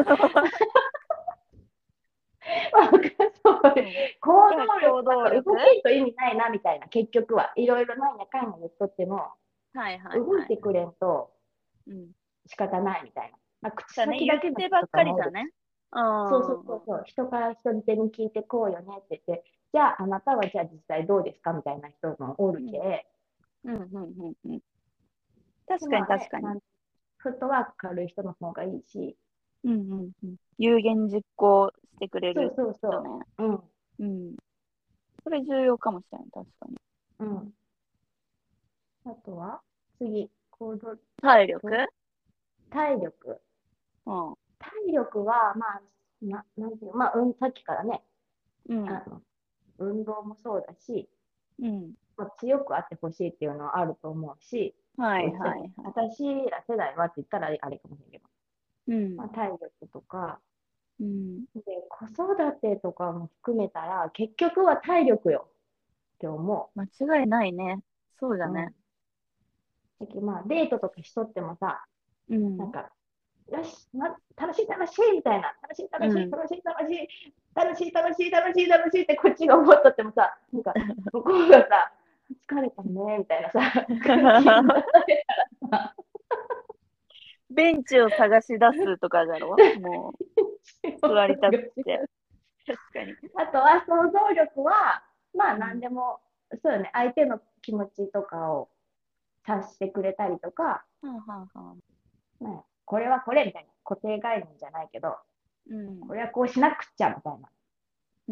まあそううん。 行じゃあ、 動力、 行動力。 なんか動けんと意味ないなみたいな、結局はいろいろなんやかんや言っとっても、 はいはいはい。 動いてくれんとうん。 仕方ないみたいな。まあ、口だね、言っ先だけのてばっ人とかもおる。 かりじゃね。うん。 そうそうそううんそう、人から人手に聞いてこうよねって言って、じゃああなたはじゃあ実際どうですかみたいな人もおるうんけ、 うんうんうん。確かにまあね、 確かに。 フットワーク軽い人の方がいいし、 うんうんうん。有言実行してくれるそうそう人ね。 そう、うん、 うん。それ重要かもしれない。確かに。 うん。あとは次、行動体力。 と体力。 うん。 体力は、まあ、なんていうまあ、さっきからね、 うん。 あの、運動もそうだし、 うん。 まあ、強くあってほしいっていうのはあると思うし、 はいどうしても、 はいはい。 私ら世代はって言ったらあれかもしれないけど、 うん。 まあ、体力とか、 うん。 で、子育てとかも含めたら、結局は体力よって思間違いないね。そうだう。うね。 ん。だけどまあ、デートとかしとってもさ、 うん。 なんか、よし、楽しい楽しいみたいな、楽しい楽しいうん。 楽しい楽しい、楽しい楽しい楽しい楽しいってこっちが思っとってもさ、なんか、向こうがさ、疲れたねみたいなさ、空気に出されたらさ、 ベンチを探し出すとかだろもう、座りたくて。確かに。 あとは想像力は、まあうん。 何でも、そうよね、相手の気持ちとかを察してくれたりとか、 はんはんはん。 ね、これはこれみたいな固定概念じゃないけど、 うん。 これはこうしなくちゃみたいな、っうん。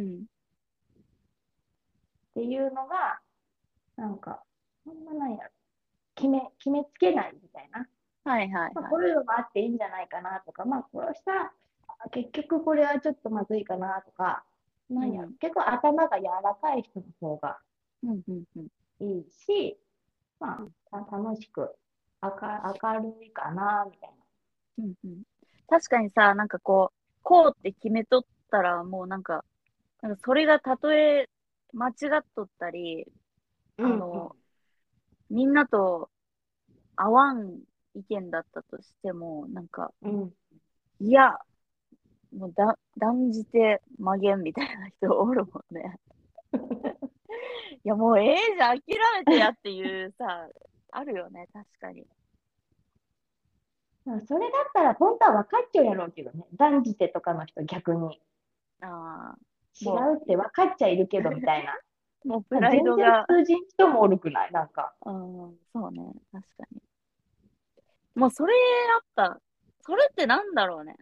ていうのが、なんか、そんななんやろ、決めつけないみたいな。 はいはいまあ、 はい。 こういうのもあっていいんじゃないかなとか、まあ、こうしたら、結局これはちょっとまずいかなとか、なんやろ、 うん。 結構頭が柔らかい人の方がうんうんうん。 いいし、まあ、楽しく明るいかな、みたいうんうん。確かにさ、こうって決めとったら、もうなんかそれがたとえ間違っとったり、 な。うんうん。 みんなと合わん意見だったとしても、 うん。 いや、もう断じて曲げんみたいな人おるもんね。いや、もうええじゃん、諦めてやっていうさ、あるよね、確かに。 まあそれだったら本当は分かっちゃうやろうけどね。断じてとかの人逆にああ、 違うもって分かっちゃいるけどみたいな。 もうプまあ、 ライ全然ドが、 通じん人もおるくないなんか。 うん、そうね、確かに。もうそれあった。それってなんだろうね。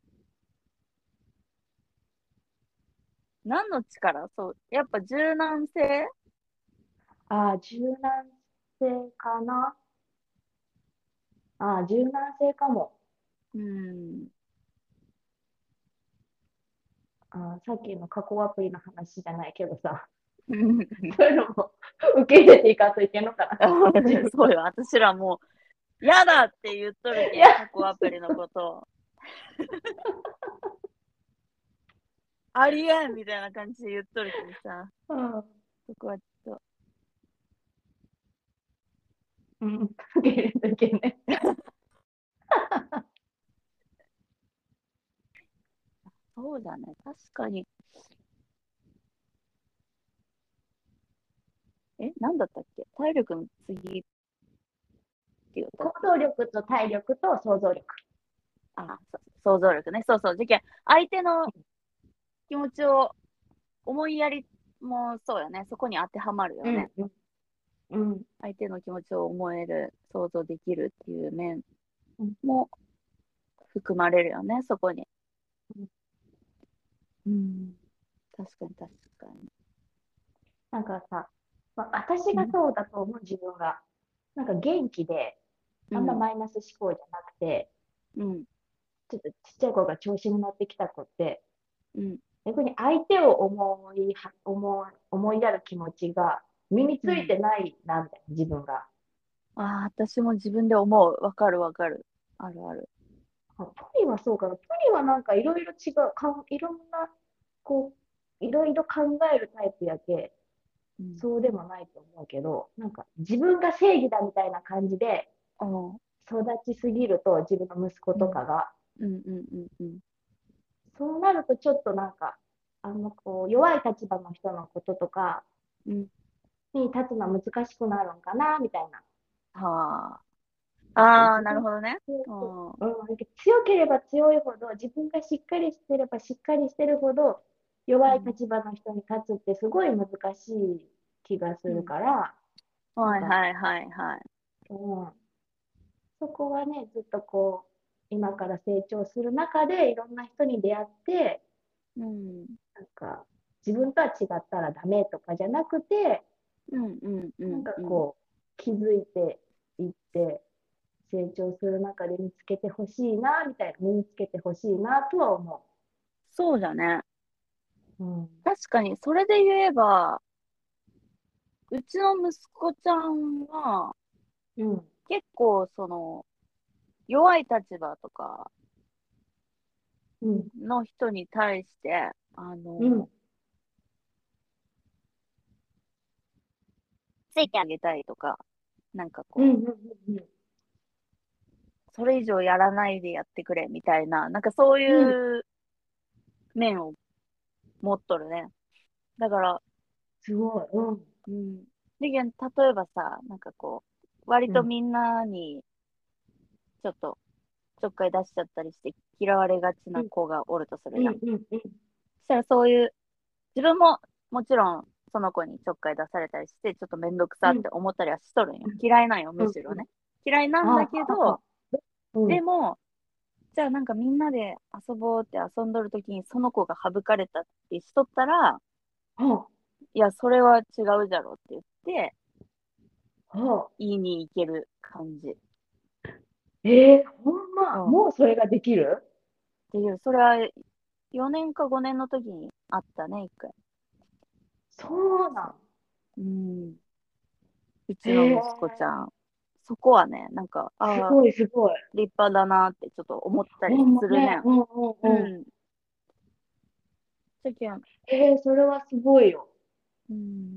何の力？そう。やっぱ柔軟性。 ああ、柔軟性かな。ああ、柔軟性かも。 うん。 ああ、さっきの加工アプリの話じゃないけどさ、 うんそういうのも受け入れていかんといけんのかな。自分は。 そうよ。私らもう、嫌だって言っとるけん、 いや、 過去アプリのことを。ありえんみたいな感じで言っとるけんさ。 うん、 そこはちょっと。 うん、受け入れといけんね。 そうだね。確かに。なんだったっけ？体力の次って言ったっけ？ 行動力と体力と想像力。 想像力ね。そうそう。じゃけん、相手の気持ちを思いやりもそうよね。そこに当てはまるよね。 うん、うん、うん、 相手の気持ちを思える、想像できるっていう面うん。 も含まれるよね、そこに。うん。確かに確かに。 なんかさ、 まあ、私がそうだと思う自分が。なんか元気で、あんまうん、 マイナス思考じゃなくて、 うん、 ちょっとちっちゃい子が調子に乗ってきた子って、 うん、 逆に相手を思いやる気持ちが身についうん。 てないな、みたいな、自分が。 ああ、私も自分で思う。わかるわかる。あるある。 あ、ポリはそうかな。ポリはなんかいろいろ違う、いろんな、こいろいろ考えるタイプやけ、 うん。 そうでもないと思うけど、なんか自分が正義だみたいな感じでああ、 育ちすぎると、自分の息子うん、 とかが、 うん、うん、うん、うん。 そうなるとちょっとなんか、弱い立場の人のこととかうん。 に立つのは難しくなるんかな、みたいな。 はあ。 なんかああ、 自分がなるほどね。 強うく、 ん。 強ければ強いほど、自分がしっかりしてればしっかりしてるほど、弱いうん。 立場の人に立つってすごい難しい気がするうん。 から、なんか、 はいはいはいはい。 うん、そこはね、ずっと今から成長する中でいろんな人に出会って、 うん。 なんか、自分とは違ったらダメとかじゃなくて、 うんうんうなんんうん。 か気づいていって、成長する中で見つけてほしいな、みたいな、身につけてほしいなとは思そうだね。 う。うん。 確かに、それで言えば、うちの息子ちゃんは、 うん。 結構、弱い立場とかうん。 の人に対して、 うん。 ついてあげたいとか、なんかうん。うこう、 ん。うん。 それ以上やらないでやってくれ、みたいな、なんかそううん。 いう面を持っとるね。だから、 すごい。うん。 うん。で、例えばさ、なんかこう、割うん。 とみんなに、ちょっと、ちょっかい出しちゃったりして嫌われがちなうん。 子がおるとするじゃん。 うん。うん。うん。 そしたらそういう、自分ももちろんその子にちょっかい出されたりして、ちょっとめんどくさうん。 って思ったりはしとるんよ。嫌いなんよ、 うん。 むしろね。嫌いなあんだけど、 はは。うん。 でも、じゃあなんかみんなで遊ぼうって遊んどるときにその子が省かれたってしとったら、 はいや、それは違うじゃろって言って、 は。 言いに行ける感じ。 ほんま、 うん。っもうそれができる？ ていう、それは4年か5年の時にあったね、一回。 そうなそう。うん。うん。 ちの息子ちゃん。そこはね、なんか、ああ、 すごい、すごい。 立派だなってちょっと思ったりほんまね。 するね。 うん。うん。 ううん。 ん。じゃけん、 それはすごいよ。 うん。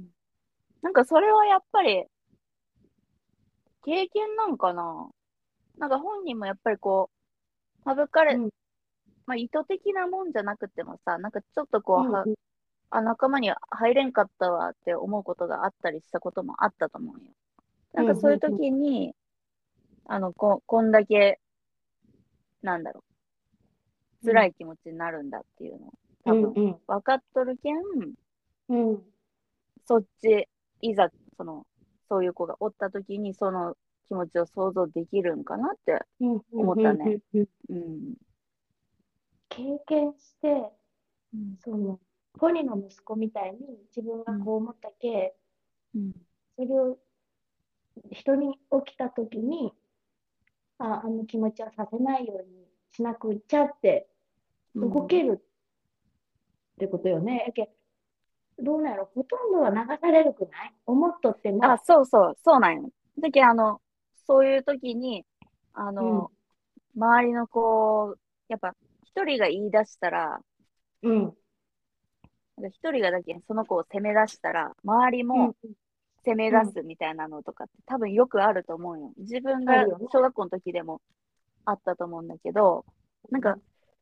なんかそれはやっぱり経験なんかな。なんか本人もやっぱりこう、省かれ、 うん。 まあ意図的なもんじゃなくてもさ、なんかちょっとこう、 うん。うん。 仲間に入れんかったわって思うことがあったりしたこともあったと思うよ。なうん。 んかそういううん。 時に、こんだけ、なんだろう、 うん。 辛い気持ちになるんだっていうのを多うん。 分うん。 分かっとるけん、 うん。 そっち、いざ、そういう子がおった時にその気持ちを想像できるんかなってうん。うん。うん。 思ったね。 うん。 うん。 経験して、 うん。 その、ポニの息子みたいに自分うん。 がこう思ったけ、 うん。 それを人に起きた時に、あの気持ちはさせないようにしなくっちゃってうん。 動けるってことよね。どうなんやろ、ほとんどは流されるくない？思っとってあ、 も。 そうそう、そうなんよ。だけど、そういう時に、あうん。 の、周りの子、やっぱ、一人が言い出したら、 うん。 なんか一人がだけその子を責め出したら、周りもうん。 責めうん。 出すみたいなのとかって多分よくあると思うよ。自分があるよね。 小学校の時でもあったと思うんだけど、なんか、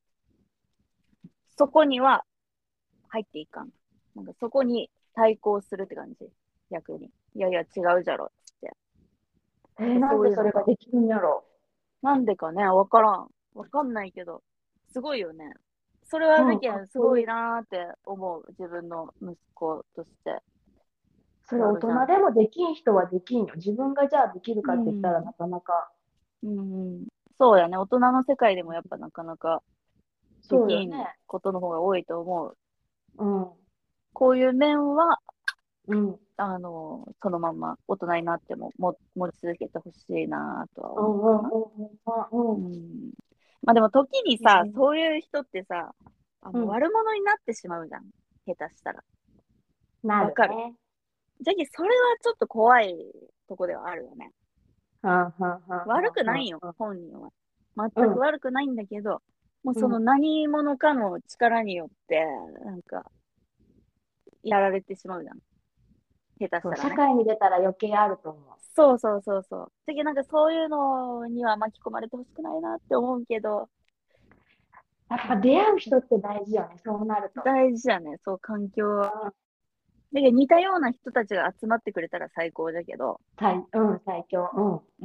そこには入っていかん。なんかそこに対抗するって感じ。逆に。いやいや、違うじゃろ、つって。なんかなんでそそういうのが。 れができるんやろ。 なんでかね、わからん。わかんないけど、すごいよね。それはうん、 だけん、すごいかっこいい。 なーって思う。自分の息子として。 それ大やるじゃん。 人でもできん人はできんよ。自分がじゃあできるうかって言ったらなん。 かなか。 うんうん。そうやね。大人の世界でもやっぱなかなかできんそうよね。 ことの方が多いと思う。 うん。 こういう面はうん。 そのまま大人になっても持ち続けてほしいなとはうん思うかな。 うんうん。 うん。まあでも時にさ、 うん。 そういう人ってさ、 うん。 悪者になってしまうじゃん。下手したら。 なわかる。 るね。 じゃあ、それはちょっと怖いとこではあるよね。 はんはんはん悪くないよ、 はんはん。 本人は。全うん。 く悪くないんだけど、もうそのうん。 何者かの力によって、なんか、やられてしまうじゃん。下手しそう、 たらね。 社会に出たら余計あると思う。 そうそうそうそう。次なんかそういうのには巻き込まれてほしくないなって思うけど、 やっぱ出会ううん人って大事よね、そうなると。 大事だね、そう環境。 うん。 だけど似たような人たちが集まってくれたら最高だけど、 最強。 うん。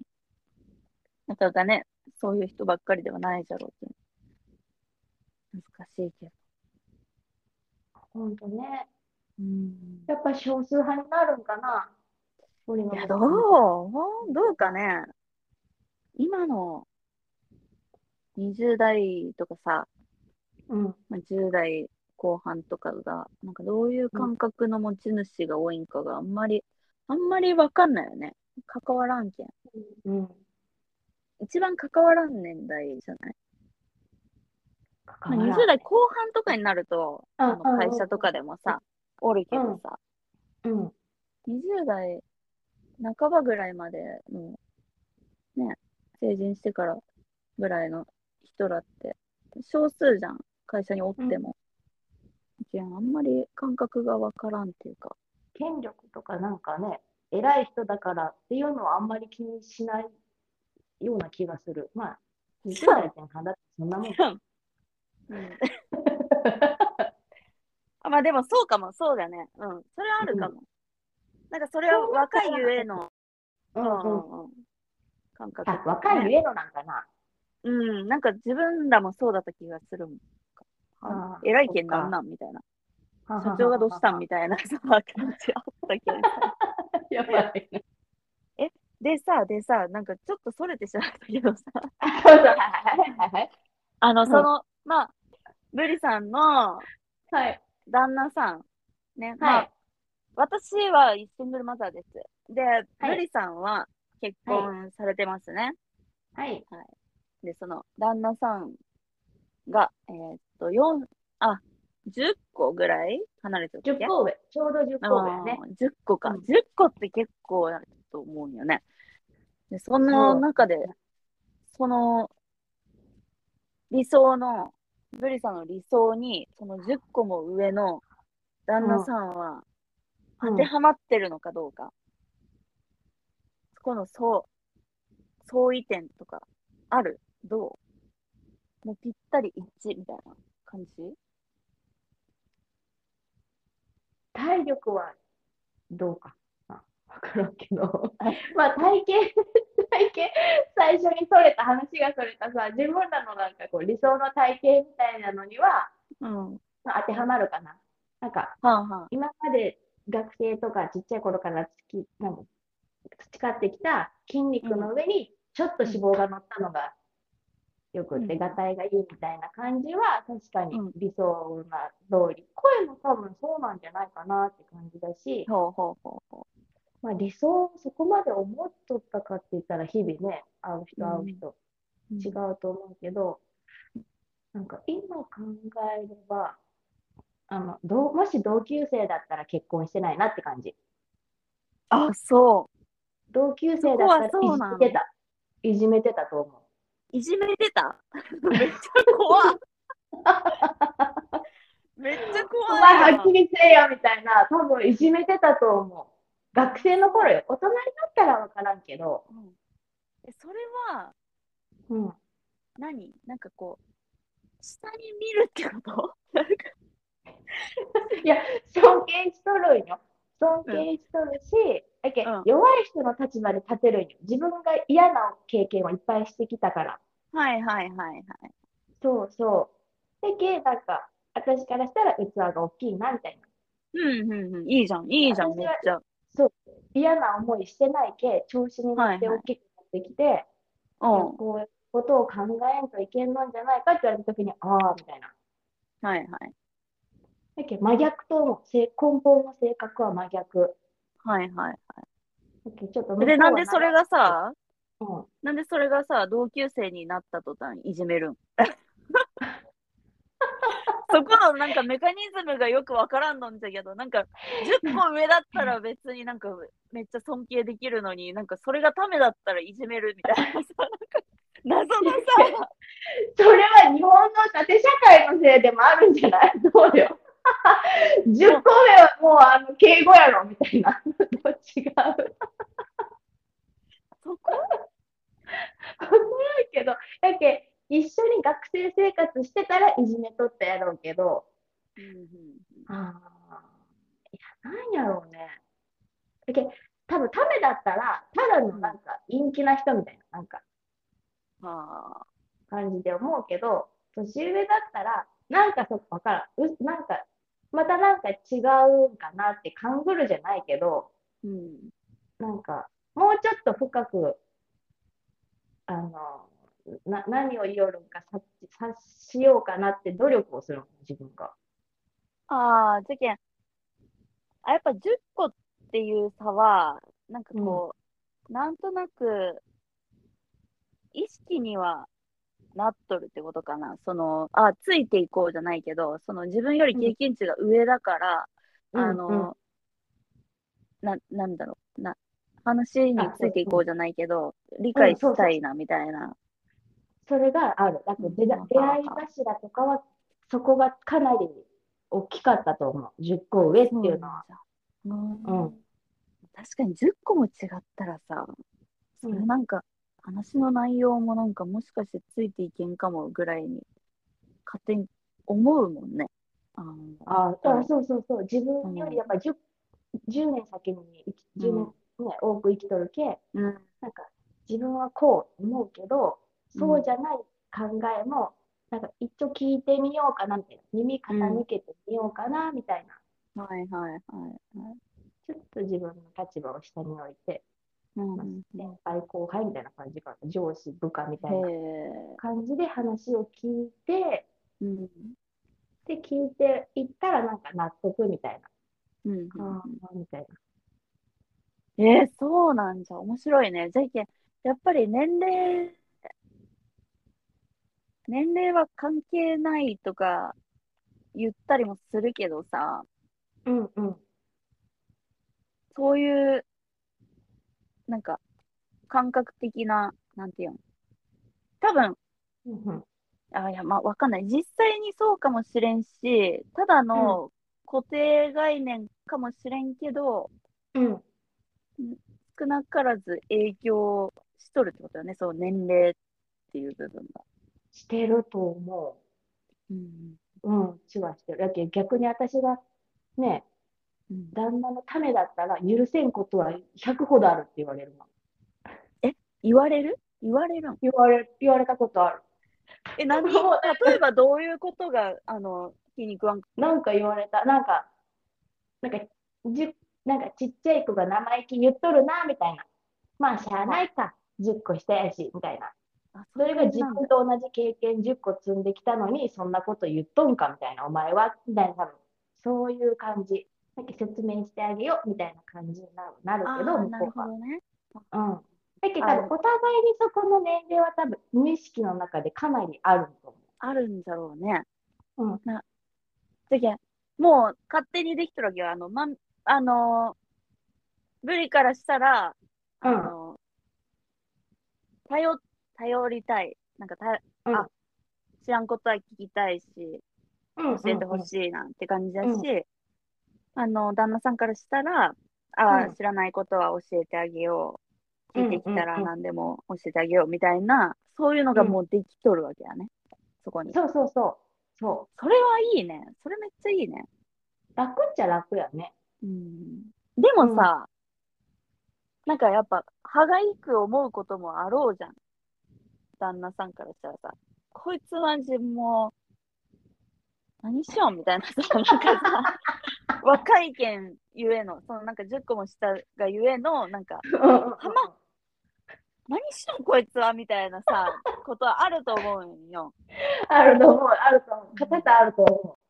なかなかね、そういう人ばっかりではないじゃろうって。難しいけど。 うん。ほんとね。 うん。 やっぱ少数派になるんかな、森のいや、ど息子みたいうかな。 ね。今の20代とかさ、 うん。 まあ、10代後半とかが、なんかどういううん。 感覚の持ち主が多いんかがあんまりわかんないよね。関わらんけん。 うん。 一番関わらん年代じゃない？まあ、20 関わらんね。 代後半とかになると、 うんうん会社とかでもさ、おるけうんどさ、 うん。うん。 20代半ばぐらいまでのね、成人してからぐらいの人らって少数じゃん。会社におっうん。 ても。あんまり感覚がわからんっていうか。 権力とかなんかね、偉い人だからっていうのはあんまり気にしないような気がする。まあ、20代前半だってそんなもんか。 うん。まあでもそうかも、そうだね。うん。それはあるうん。 かも。なんかそれはそうなった若いゆえら、 の、 ううんんうん。 うんうん、感覚っあ、 ていうかね。 若いゆえのなんかな。 うん。なんか自分らもそうだった気がするもん。 ああ、 偉いけんなんそっか。 なんみたいな。 ははは社長がどうしたんはは。 みたいなさ、感じあったけんさ。 やばいね。 え、なんかちょっとそれてしまったけどさ、 そうそう、はいはいはいはい。うん。 まあ、ブリさんのはい。 旦那さん、ね、まあ、 はい。 私はシングルマザーです。で、 はい。 ブリさんは結はい。 婚されてますね。 はい。 はい。で、その旦那さんが、4、あ、10個ぐらい離れてるっ 10 け？ 個上。ちょうど10個上やね。 10個か。 うん。 10個って結構だと思うんよね。で、そのそ中で、その理想の、ブリさんの理想に、その10個も上の旦う。 那さんは当うん。うん。 てはまってるのかどうか。そこの相違点とかある？どもうぴったり一致みたいな感じ？ 体力はどうかな。わからんけど。まあ、体型、最初にそれた話がそれたさ、自分らのなんかこう理想の体型みたいなのには、 うん。 まあ、当てはまるかな。なんか、 はあはあ。 今まで学生とかちっちゃい頃から培ってきた筋肉うん。 の上にちょっとうん。 脂肪が乗ったのがよくって、がうん。 たいがいいみたいな感じは確かにうん。 理想な通り。声も多分そうなんじゃないかなって感じだし、 ほうほうほうほまあ、理想をそこまで思っとったかって言ったら日々ね、 う。うん。 会う人違うん。 うと思うけど、なんか今考えれば、もし同級生だったら結婚してないなって感じ。 あ、そう。 同級そこは生だったらいそうなの。 じめてた。いじめてたと思いじめてた？めっちゃ怖っ。めっちゃう。お前怖いやん。 はっきりせえよみたいな、多分いじめてたと思う。学生の頃そよ。大人になったら分からんけど、 う。うん。それはうん。 なんかこう、下に見るってこと？なんか、 いや、尊敬しとるんよ。尊うん。 敬しとるし、 うん。 弱い人の立場で立てるんよ。自分が嫌な経験をいっぱいしてきたから。 はいはいはいはい。 そうそう。なんか、私からしたら器が大きいな、みたいな。 うんうんうん。いいじゃん。いいじゃん、 私は、 めっちゃ。 そう、嫌な思いしてないけ、調子に乗ってはいはい。 大きくなってきて、いや、 うん。 こういうことを考えんといけんのんじゃないかって言われたときに、ああ、みたいな。 はいはい。 だけど真逆と思う。根本の性格は真逆。 はいはい。 だけどちょっとで、 向こうは悩なんでそれがんで、 さ、 うん。 なんでそれがさ、同級生になった途端いじめるん？そこのなんかメカニズムがよくわからんのんじゃけど、なんか10個上だったら別になんかめっちゃ尊敬できるのに、なんかそれがためだったらいじめるみたいなさ、なんか謎のさ、 それは日本の縦社会のせいでもあるんじゃない？そうよ。10 もう、 個目はもう敬語やろみたいな。どっちがそこ。 分からんけど、だけ一緒に学生生活してたらいじめとったやろうけど、 うんうんあいや、なんやろうね。だけ多分ためだったら、ただのうん。 なんか陰気な人みたいな、なんかああ、 感じで思うけど、年上だったら、なんかそっかわからん。なんか、またなんか違うんかなって勘ぐるじゃないけど、 うん。 なんか、もうちょっと深く、あの、何を言おるんか察しようかなって努力をするの、自分が。 ああ、じゃけん、やっぱ10個っていう差は、なんかうん。 こう、なんとなく意識にはなっとるってことかな。ついていこうじゃないけど、その自分よりうん。 経験値が上だから、 うん。うん。 なんだろう、話にあ、 つそう。うん。 いていこうじゃないけど、理うん。 解しそうそう。 たいな、みたいな。 それがある。だってうん、は出会いはは。 頭とかは、そこがかなり大きかったと思う。10 あ、 個上っそうていうのは。 なんじゃ。ううん。 ん。確かに10個も違ったらさ、 うん。 それなんか、話の内容もなんかもしかしてついていけんかもぐらいに勝手に思うもんね。あの、その、 そうそうそう。自分よりうん、 やっぱ10年先に10 うん、 年、ね、多く生きとるけ、 うん、 なんか自分はこう思うけど、 うん、 そうじゃない考えも、なんか一応聞いてみようかなみたいな。耳うん。 傾けてみようかなみたいな。 はいはいはいはい。 ちょっと自分の立場を下に置いて、 うん、 まあ、 うん、う先ん。 輩後輩みたいな感じかな。上司部下みたへいなえ。 感じで話を聞いて、 うん、 で、聞いていったらなんか納得みたいうん、 な。あうん。 あ、みたいな。 そうなんじゃ。面白いね。じゃいけん、やっぱり年齢は関係ないとか言ったりもするけどさ、 うんうん。 そういう、なんか、感覚的な、なんていうの。多分、 うんうん。 いや、まあ、わかんない。実際にそうかもしれんし、ただうんの固定概念かもしれんけど、 うん。 ん少なからず影響しとるってことよね。そう、年齢っていう部分が。 してると思うん。 う。うん、チはしてる。だけど逆に私がね、 うん。 旦那のためだったら許せんことは100ほどあるって言われるの。 え、言われるん？ 言われたことある。 何例もうえばどういうことが、気に食わん？ なんか言われた。なんか、じゅなんかちっちゃい子が生意気言っとるな、みたいな。まあ、しゃあなはいか。10個下やし、みたいな。 そういうそれが自感じなんだ。 分と同じ経験10個積んできたのに、そんなこと言っとんか、みたいな。お前は、みたいな、多分、そういう感じ。なんか説明してあげよう、みたいな感じになるけど、 ああ、なる向こうは。 ほどね。 うん。だけど多分、 あ、 お互いにそこの年齢は多分、無意識の中でかなりあるとあるんだろうね。 思う。 じゃけん、もう勝手にできとるわけよ。あの、ブリからしたら、 うん。うん。 あの、頼、頼りたい。なんかうん。 知らんことは聞きたいし、 うん。うん。 教えてほしいなんて感じだし、 うん。 旦那さんからしたら、 うん。 知らないことは教えてあげよう。聞いてうん。 きたらうん。 何でも教えてあげようみたいな、そういうのがうん。 もうできとるわけやね。そこに。 そうそうそう。そう。 それはいいね。それめっちゃいいね。 楽っちゃ楽やね。 うん。でうん。 もさ、なんかやっぱ、歯がゆく思うこともあろうじゃん。旦那さんからしたらさ、こいつマジもう、何しよんみたいなさ、なんかさ、若いけんゆえの、なんか10個も下がゆえの、なんか、 うんうんうんうん。 はま、何しよんこいつはみたいなさ、ことはあると思うんよ。 あると思う。あると思う。 うん。 方々あると思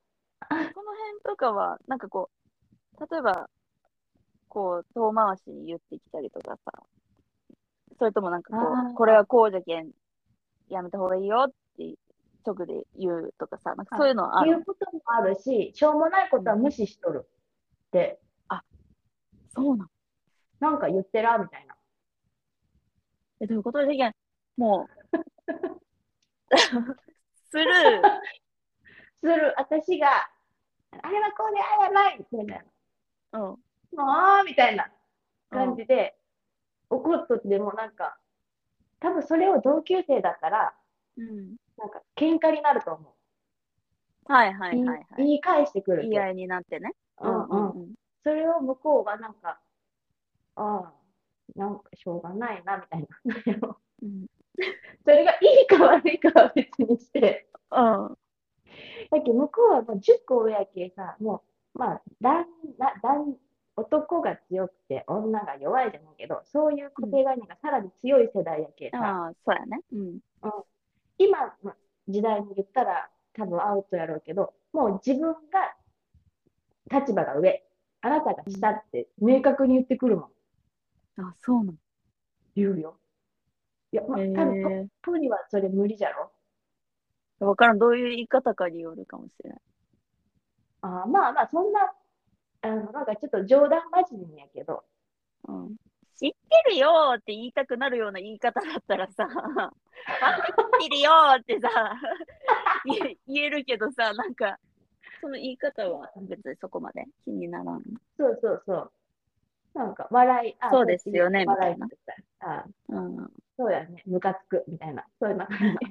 その辺とかは、なんかこう、例えば、こう、遠回しに言ってきたりとかさ、それともなんかあこう、これはあ、 こうじゃけん、やめた方がいいよって直で言うとかさ、なんかそういうのはあるの？ 言うこともあるし、しょうもないこうん。 とは無視しとるって、 あ、そうなの？ なんか言ってらみたいな。 どういうことでけん、もう、スルする、私が、あれはこうで、あれはないみたいな。 ー、うん、 もう、みたいなうん、 感じで、怒っとってもなんか、多分それを同級生だったら、 うん。 なんか喧嘩になると思う。 はいはいはいはい。 言い返してくるけ。 言い合いになってね。 ううんうんんうん。 うん。 それを向こうがなんか、ああ、なんかしょうがないな、みたいな。 うん。 それがいいか悪いかは別にして、 うん。 だけど向こうはもう10個上やけさ、もう、まあ、男が強くて女が弱いじゃないけど、そういううん。 固定概念がさらに強い世代やけさ、 ああ、そうやね。うん。 うん、今の時代に言ったら多分アウトやろうけど、もう自分が立場が上、あなたがうん。 下って明確に言ってくるもん、 あ、そうなの？ 言うよ。いや、 へ多分え。 ポにはそれ無理じゃろ。 わからん。どういう言い方かによるかもしれない。 まあまあ、そんな、なんかちょっと冗談交じりやけど、 うん。知ってるよーって言いたくなるような言い方だったらさ、わかってるよーってさ、言えるけどさ、なんか、その言い方は別にそこまで気にならん。 そうそうそう。なんかそうそうやって言うとですよね、みたいな。 笑いって言ったら、 うん。 そうやね、ムカつくみたいな、そういうような感じ。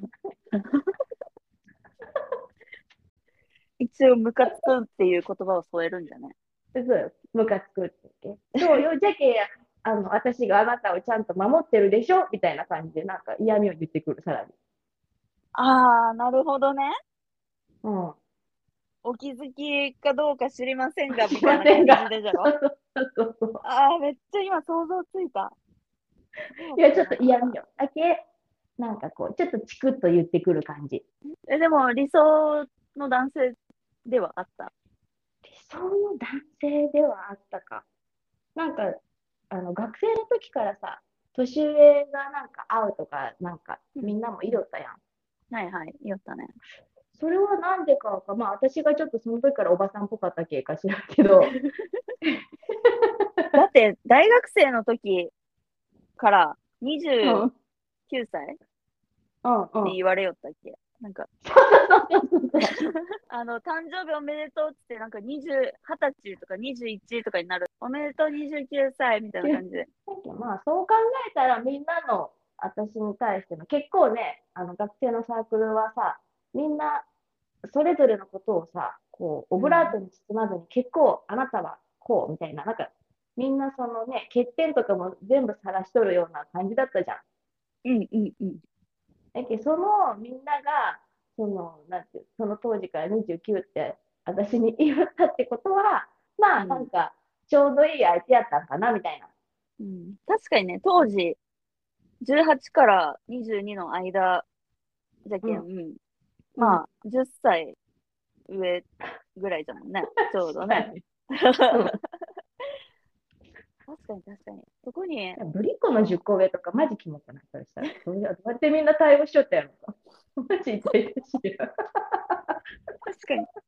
一応、ムカつくっていう言葉を添えるんじゃない？ そうよ、ムカつくって言って。そうよ、じゃけ、私があなたをちゃんと守ってるでしょみたいな感じで、なんか嫌味を言ってくる、さらに。 ああ、なるほどね。 うん。 お気づきかどうか知りませんが、みすいたいな感ませんが。 じでじゃろ？ そうそうそうそう。 ああ、めっちゃ今想像ついた。そういや、ちょっとかな。 嫌味よ。だけ、なんかこう、ちょっとチクッと言ってくる感じ。 でも理想の男性ではあった？ 理想の男性ではあったか。なんか、学生の時からさ、年上がなんか会うとか、なんかうん。 みんなもいろったやん。 はいはい、言ったね。 それはなんでか、まあ私がちょっとその時からおばさんっぽかったけかしらんけど、 だって、大学生の時からうん、うん、 29歳っうん。 て言われよったっけ？なんか、 そうそうそうそう。 誕生日おめでとうって、なんか20歳とか21とかになる。おめでとう29歳みたいな感じで。 まあそう考えたらみんなの私に対しての結構ね、学生のサークルはさ、みんなそれぞれのことをさ、こう、オうん。 ブラートに包まずに結構あなたはこうみたいな、なんかみんなそのね、欠点とかも全部晒しとるような感じだったじゃん。 うんうんうん。 だけどそのみんなが、なんていう、その当時から29って私に言ったってことは、まあなうん。 んかちょうどいい相手やったんかなみたいな。 うん。確かにね、当時、18から22の間じゃけん、 うん。うん。 まあ、10歳上ぐらいじゃもんね。ちょうどね。 うん。 確かに確かに。そこに、 ぶりっ子の10個上とかマジキモくないそしたら。どうやってみんな対応しよったやろか。マジ痛々しいわ。 確かに。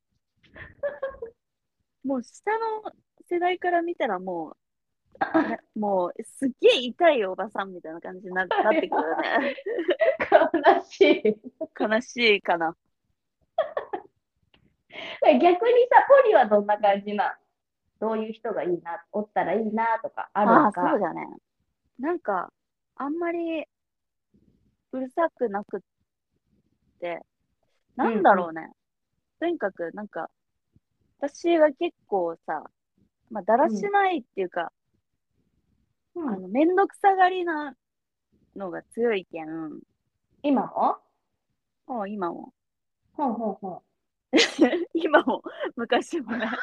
もう下の世代から見たらもうすっげえ痛いおばさんみたいな感じになってくるよね。 悲しい。 悲しいかな。 逆にさ、ポリはどんなうん、 感じなん？どういう人がいいな、おったらいいなとかあるああ、そうんか。 だね。なんか、あんまりうるさくなくって、なんうんうん。 だろうね。とにかく、なんか、私は結構さ、まあ、だらうん。 しないっていうか、 うん。 めんどくさがりなのが強いけん、 今ももう今も、 ほんほんほん。 今も、昔もね、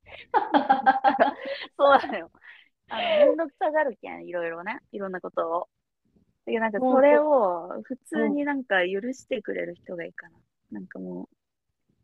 そうだよ。めんどくさがるけん、いろいろね、いろんなことを。だけどなんかそれもうを普うん。 通になんか許してくれる人がいいかな。なんかもう、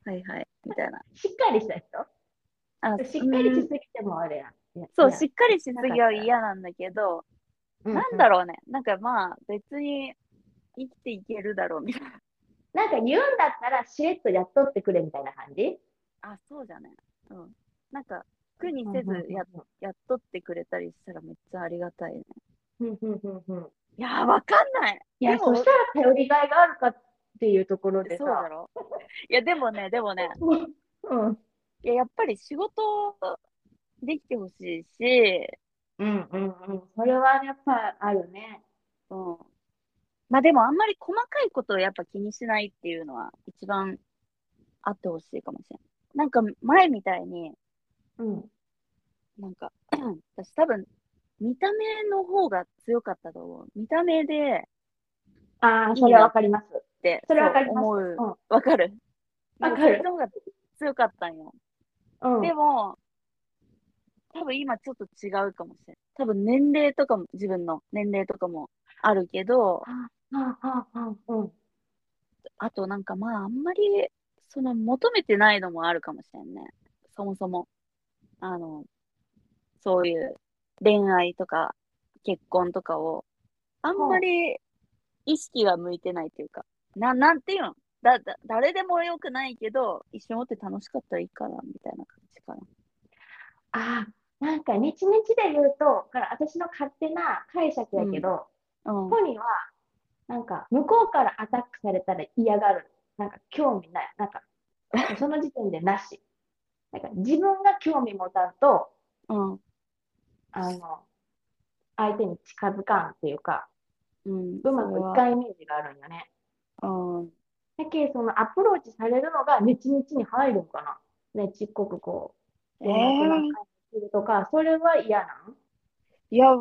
はいはい、みたいな。 しっかりした人。 あ、 しっかりうん、 しすぎてもあれやん。 そう、 いや、 しっかりしすぎはなかったら。 嫌なんだけど、なんうんうん。 だろうね。なんかまあ、別に生きていけるだろうみたいな。 なんか言うんだったら、しれっとやっとってくれみたいな感じ。 あ、そうじゃね。うん。なんか、苦にうんうんせずうんやっとってくれたりしたらめっちゃありがたいね。 うんうんうんうん。 いやー、わかんない。 いや、そしでも、 たら頼りがいがあるかっていうところでさ、 そうだろ。いや、でもね、 うん。 いや、やっぱり仕事できてほしいし、 うんうんうん。それはやっぱあるね。 うん。まあでもあんまり細かいことをやっぱ気にしないっていうのは一番あってほしいかもしれない。なんか前みたいに、 うん。 なんか私多分見た目の方が強かったと思う。見た目でああ、それはいいなっわかります。 てそれはわそうかります。 思う。 うん。 わかる。なんかわかる。 そっちの方が強かったんよ。 うん。あでも、多分今ちょっと違うかもしれない。多分年齢とかも、自分の年齢とかもあるけど、 あ、ああ、ああ、うん。 あとなんかまああんまり、その求めてないのもあるかもしれんね。そもそも。あの、そういう恋愛とか結婚とかを、あんまほり意識が向いてないというか、なんていうの誰でもよくないけど、一緒におって楽しかったらいいかな、みたいな感じかな。 ああ、なんか日々で言うと、から私の勝手な解釈うん、 やけど、 うん、 ポニーは、なんか向こうからアタックされたら嫌がる。なんか興味ない。なんか、もうその時点でなし。なんか自分が興味持たんと、 うん、 あの、相手に近づかんっていうか、 うん、 うまくいそれは、 かんイメージがあるんよね。 うん、 だけど、そのアプローチされるのが日々に入るんかな。ね、ちっこくこう、連絡何ええ回もするとか、それは嫌なん？ いや、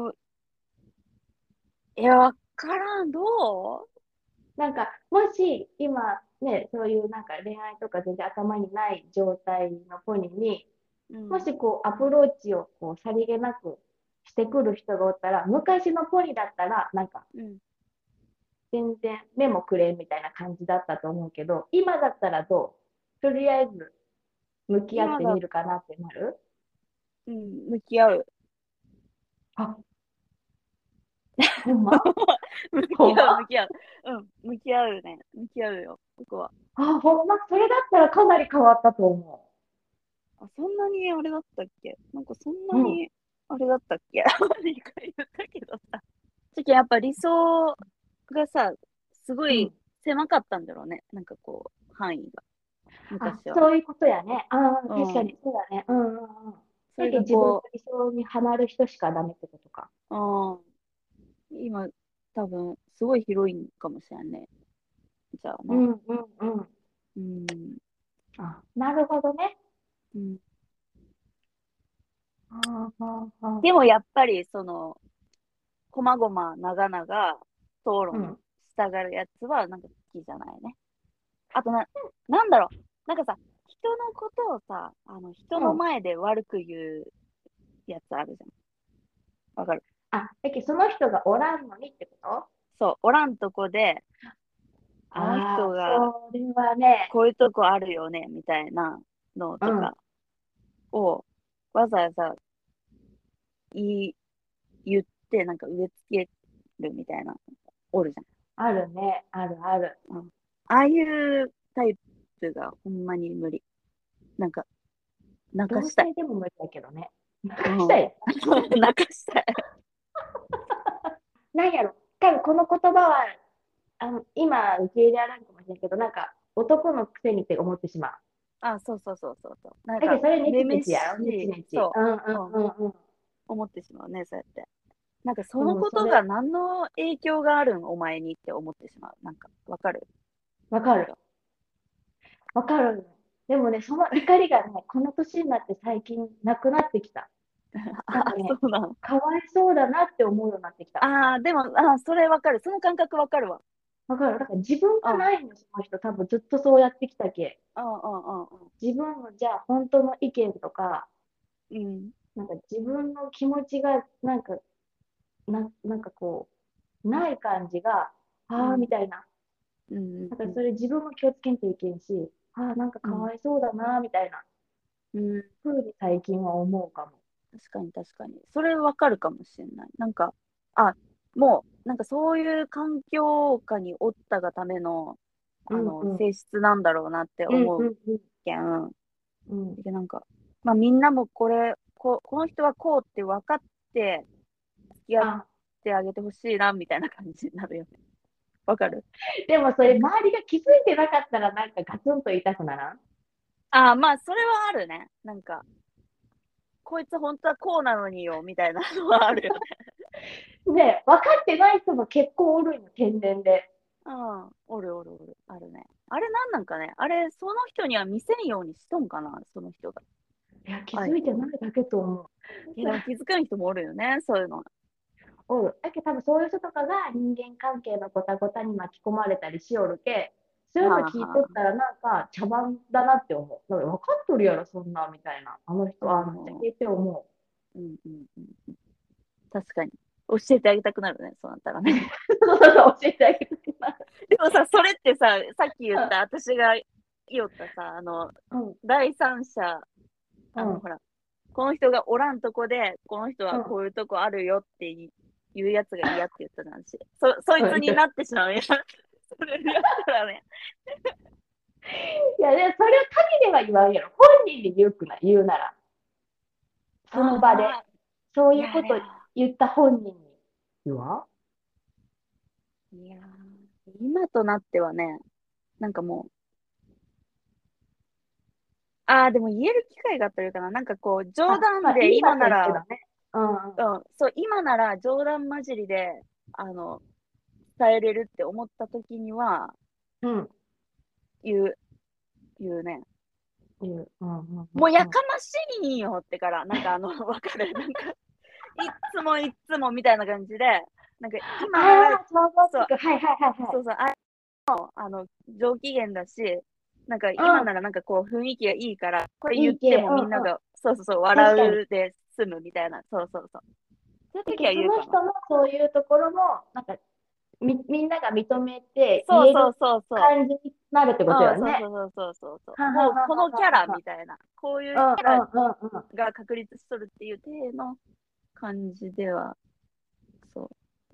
わからん、どうなんか、もし今ね、そういうなんか恋愛とか全然頭にない状態のポニーに、 うん、 もしこうアプローチをこうさりげなくしてくる人がおったら、昔のポニーだったら、なんかうん。 全然目もくれみたいな感じだったと思うけど、今だったらどう？とりあえず向き合って今だ、 みるかなってなる？ うん、向き合う。 あ、ほんま？ 向ほんま？ き合う、向き合う。うん、向き合うね。向き合うよ、ここは。 あ、ほんま？それだったらかなり変わったと思あ、そんなにあれだったっけなんかそんなう。うん。 にあれだったっけ2回言ったけどさ。やっぱ理想がさ、すごいうん。 狭かったんだろうね。なんかこう、範囲が。 あ、 昔は。 そういうことやね。ああ、 うん。 確かに、そうだね。うんうんうん。 それだけど自分のがこ理想にはまる人しかダメってことか。 う、今、多分、すごい広いんかもしれんね。じゃあな。 うんうんうん。 うん。 あ、なるほどね。 うん。 はあはあはあ。 でもやっぱり、その、こまごま長々討論うん。 したがるやつは、なんか好きじゃないね。あとなんだろう。なんかさ、人のことをさ、人うん。 の前で悪く言うやつあるじゃん。わかる？ あ、だけどその人がおらんのにってこと？ そう、おらんとこで、あのああ、 人がそれはね、 こういうとこあるよね、みたいなのうん。 とかをわざわざ言言って、なんか植え付けるみたいな、おるじあるね。あるある。 ゃん。うん。ああいうタイプがほんまに無理。なんか、泣か同したい。 性でも無理だけどね。なんかうん。 したい。 泣かしたい。 なんやろ。多分この言葉は、今受け入れられるかもしれないけど、なんか男のくせにって思ってしまう。 あ、そうそうそうそうそう。なんか、 だけどそれネチネめめチやろ、ネチしい、 ネチ。 そうんうんう、うん、 うんうん。 思ってしまうね、そうやって。なんか、そのうん、 ことがそれ、 何の影響があるん、お前にって思ってしまう。なんか、わかる？ わかる。わかる。でもね、その怒りがね、この年になって最近なくなってきた。 あ、そなんかね、 うなん。 かわいそうだなって思うようになってきた。 ああ、でも、それわかる。その感覚わかるわ。 わかる。だから自分うん、うん、 がないの、その人、多分ずっとそうやってきたけ。 うん、うん。 自分のじゃあ本当の意見とか、 うん、 なんか自分の気持ちがなんかこう、ない感じが、ああ、みうん、 たいな。 うん、うん。 だからそれ自分も気をつけんといけんし、 なんかうん。 かわいそうだな、みたいなうん。 ふうに最近は思うかも。 確かに確かに。それわかるかもしれない。なんか、あ、もう、なんかそういう環境下におったがための、 うんうん。 性質なんだろうなってうん思ううんうん。 けん。 うん。 で、なんか、まあみんなもこの人はこうって分かって付き合っあ、 てあげてほしいな、みたいな感じになるよね。わかる？ でもそれなんか、 周りが気づいてなかったらなんかガツンと痛くならん？ まあそれはあるね。なんか、こいつ本当はこうなのによ、みたいなのはあるよね。 ね、分かってない人も結構おるんよ、天然で。 うん、おるおるおる。あるね。あれなんなんかね。あれ、その人には見せんようにしとんかな、その人が。 いや、気あえて。 づいてないだけと思う。 いや、でも気づかん人もおるよね、そういうの。 おる。だけど多分そういう人とかが人間関係のごたごたに巻き込まれたりしおるけ、そういうの聞いはあはとったらなんか茶番だなって思う。なんか分かっとるやろ、そんなみたいな。あのあ。 人、なんじゃけって思うんうんうんうん。確かに。教えてあげたくなるね、そうなったらう。 ね。 そうそうそう、教えてあげてください。 でもさ、それってさ、さっき言った私が言おったさ、 うん、 第三者、 うん、うん、 ほら、この人がおらんとこで、この人はこうん。 ういうとこあるよっていうやつが嫌って言ったじゃんし。そいつになってしまうやん。それでやったらね。 いや、でもそれを旅では言わんやろ。本人で言うなら、その場で。 ああ、 そういや、 いうこと言った本人に言わん？ いや今となってはね、なんかもう、でも言える機会があったらいいかな。なんかこう、冗まあ、言談でいはせんけど今なら、 ね。うんうん。 うん、そう、今なら冗談交じりで、あの、伝えれるって思った時には、 うん。 言う、言うね。 言う。うんうんうんうん。 もうやかましいよってから、なんかわかる。なんか、いっつもいっつもみたいな感じで、なんかあ今なら、 あ、想像そう、 つく。はいはいはいはい。 そうそう、上機嫌だし、なんか今うん。 ならなんかこう雰囲気がいいから、これ言いいけ。 ってもうんうん。 みんなが、そうそうそう、 確かに。 笑うで済むみたいな、そうそうそう。そういう時はそ言うかな。 の人のそういうところも、なんか、みんなが認めてそうそう言えるそうそ感じになるってう。 ことうん、 よね。 そうそうそうそうそうそう。 ははもうこははのキャラはみたいな、こういうキャラは。うんうんうんうん。 が確立しとるっていう体の感じでは、そう、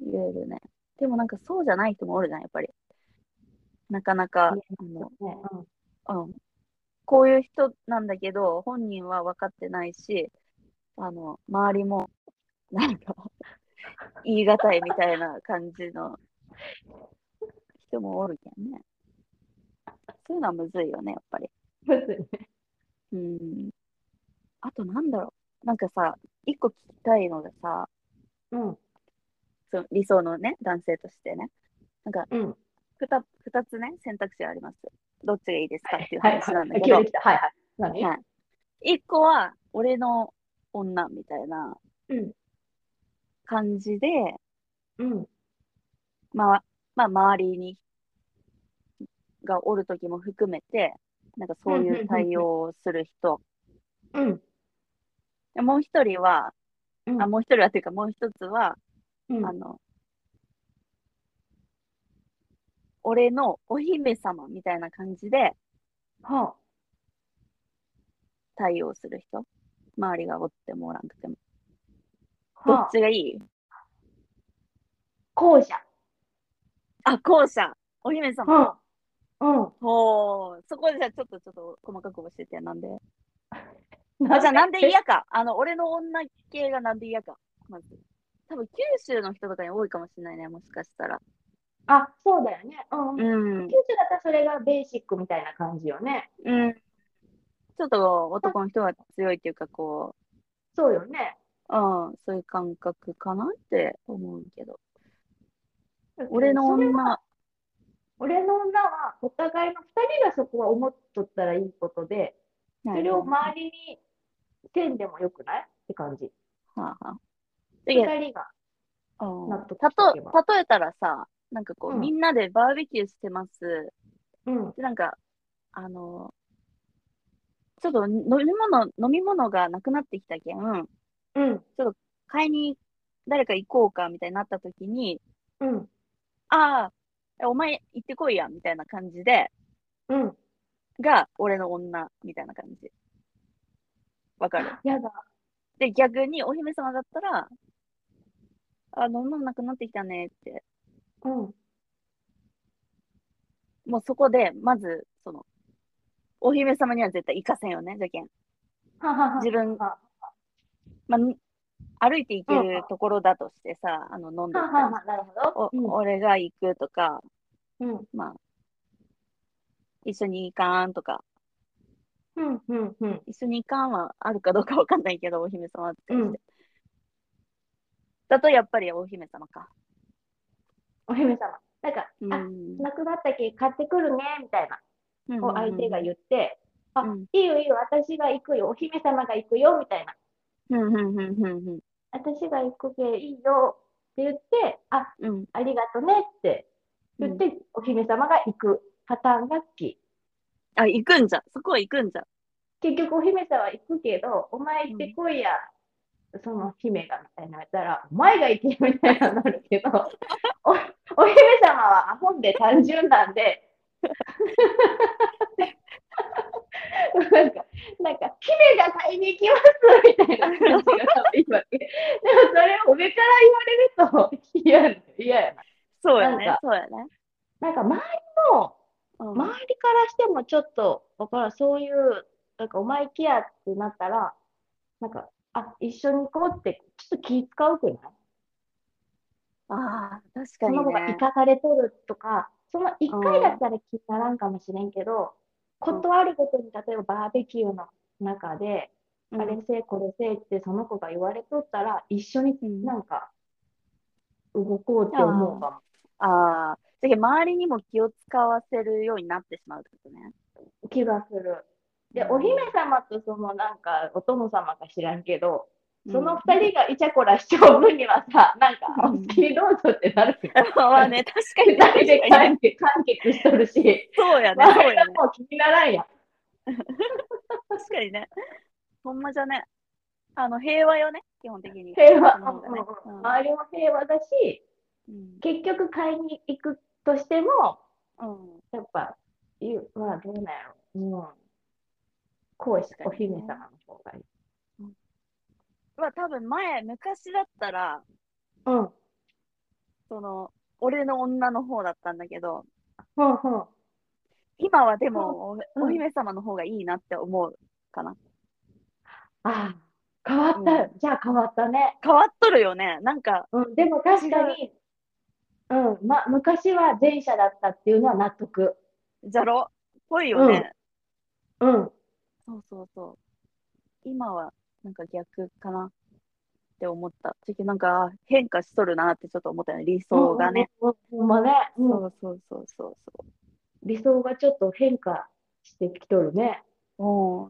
言えるね。でもなんかそうじゃない人もおるじゃん、やっぱり。なかなか、 言えますね。うん。 うん、こういう人なんだけど、本人は分かってないし、周りも、なんか、言い難いみたいな感じの人もおるけんね。そういうのはむずいよね、やっぱり。 むずいね。 うん。あとなんだろう。なんかさ、一個聞きたいのがさ、 うん。 その理想のね、男性としてね。なんか、 うん。 二つね、選択肢があります。どっちがいいですかっていう話はいはい。 なんだけど、 急に来た。はいはい。何？ はい。一個は、俺の女みたいなうん。 感じで、 うん。 まあ、まあ、周りにがおるときも含めて、なんかうん。 そういううん。 対応をする人。 うん。 もう一人は、 うん。 もう一人はっていうかもう一つは、 うん。 あの、俺のお姫様みたいな感じでは対応する人。周りがおってもおらんくても。 あ。 どっはあ。 ちがいい？ 後者。 後者。お姫様。 はあ。うん。 ほう。そこでじゃあちょっと細かく教えて、なんで。じゃあなんなんで？ で嫌か。俺の女系がなんで嫌か。まず。多分九州の人とかに多いかもしれないね、もしかしたら。 あ、そうだよね。うんううん。九ん。 州だったらそれがベーシックみたいな感じよね。 うん。ちょっとあ、 男の人は強いっていうか、 そうよね。 そういう感覚かなって思うけど。 だけ俺ど、それは、 の女、 俺の女は、お互いの二人がそこは思っとったらいいことで、それをはいはいはい。 周りにせんでもよくないって感じ。 はあはあ。 二で、 人が納得しとけば。 例えたらさ、なんかこう、 うん、 みんなでバーベキューしてます。 うん、 で、なんか、あの、ちょっと飲み物がなくなってきたけん、 うん、 ちょっと買いに誰か行こうかみたいになった時に、 うん、 あお前行ってこいや、みたいな感じで、 うん。 が俺の女みたいな感じ。わかる？ やだ。 で、逆にお姫様だったら、飲まなくなってきたねって。 うん。 もうそこで、まず、お姫様には絶対行かせんよね、じゃけん。 ははは自分、 は。 まあ、歩いて行うん。 けるはところだとしてさ、飲んどったりしはは。なるほど。うん。 俺が行くとか、 うん。 まあ、一緒に行かんとか、 うん。うん。うん。 一緒に行かんはあるかどうかわかんないけど、お姫様扱うん。 いして。だとやっぱりお姫様か。 お姫様。なんか、 うあ、 ん。 なくなったき買ってくるね、みたいな。 うん、 をうん、うん、 相手がうん。 言って、あ、 うん、 いいよいいよ、私が行くよ、お姫様が行くよ、みたいな。 うん、うん、うん、うん。 私が行くけいいよって言って、あ、 うん、 ありがとねってうん。 言って、お姫様が行くパターンが好き。 あ、行くんじゃ。そこは行くんじゃ。 結局お姫様は行くけど、お前行ってうん。 こいや、その姫がみたいなやったら、お前が行けみたいななるけど、お姫様はアホで単純なんで、なんか、姫が買いに行きますみたいな感じが多分いいわけ。でもそれを上から言われると嫌やな。 そうやね、 なんか、 そうやね。 周りも、 うん。 周りからしてもちょっと、だからそういう、お前行きやってなったら、あ、一緒に行こうって、ちょっと気使うくない？ ああ、確かその子が生にね。 かされとるとか、その1 うん、うん、 回だったら気にならんかもしれんけど、断るごとに、例えばバーベキューの中で、 うん、 あれせい、これせいってその子が言われとったら、一緒にうん。 なんか動こうって思うあかあ、ああ。じゃけ周りにも気を使わせるようになってしまうってことね。 も、気がする。で、お姫うん、 様とそのお殿様か知らんけど、 うん。 その二人がイチャコラしちゃう分にはさ、お好きにどうぞってなるよ。 まあね、確かにね、 二人で確かにね。 完結しとるし、 そうやね、 周りそうやね。 はもう気にならんやん。 確かにね。ほんまじゃね。平和よね、基本的に。 平和、 その方がね。 うんうん、 うん。 周りも平和だし、 うん。 結局買いに行くとしても、 うん。 やっぱ、まあどうなんやろ。うん。こう、 確かおにね。 姫様の方がいい。 うん。多分昔だったら、 うん。 その、俺の女の方だったんだけど、 ほんほん。 今はでほん。 もおうん。 姫様の方がいいなって思うかな。 ああ、変わったよ。 うん。 じゃあ変わったね。 変わっとるよね。なんか、 うん。でも確違う。 かに、うん。昔は前者だったっていうのは納得。 じゃろぽいようん。 ね。 うん。 そうそうそう。今は、なんか逆かなって思った。なんか変化しとるなってちょっと思ったね。理うんうん想がね。 うんうん。ほんまね。うん。 そうそうそうそうそ理想がちょっと変化してきとるね。 う。うん。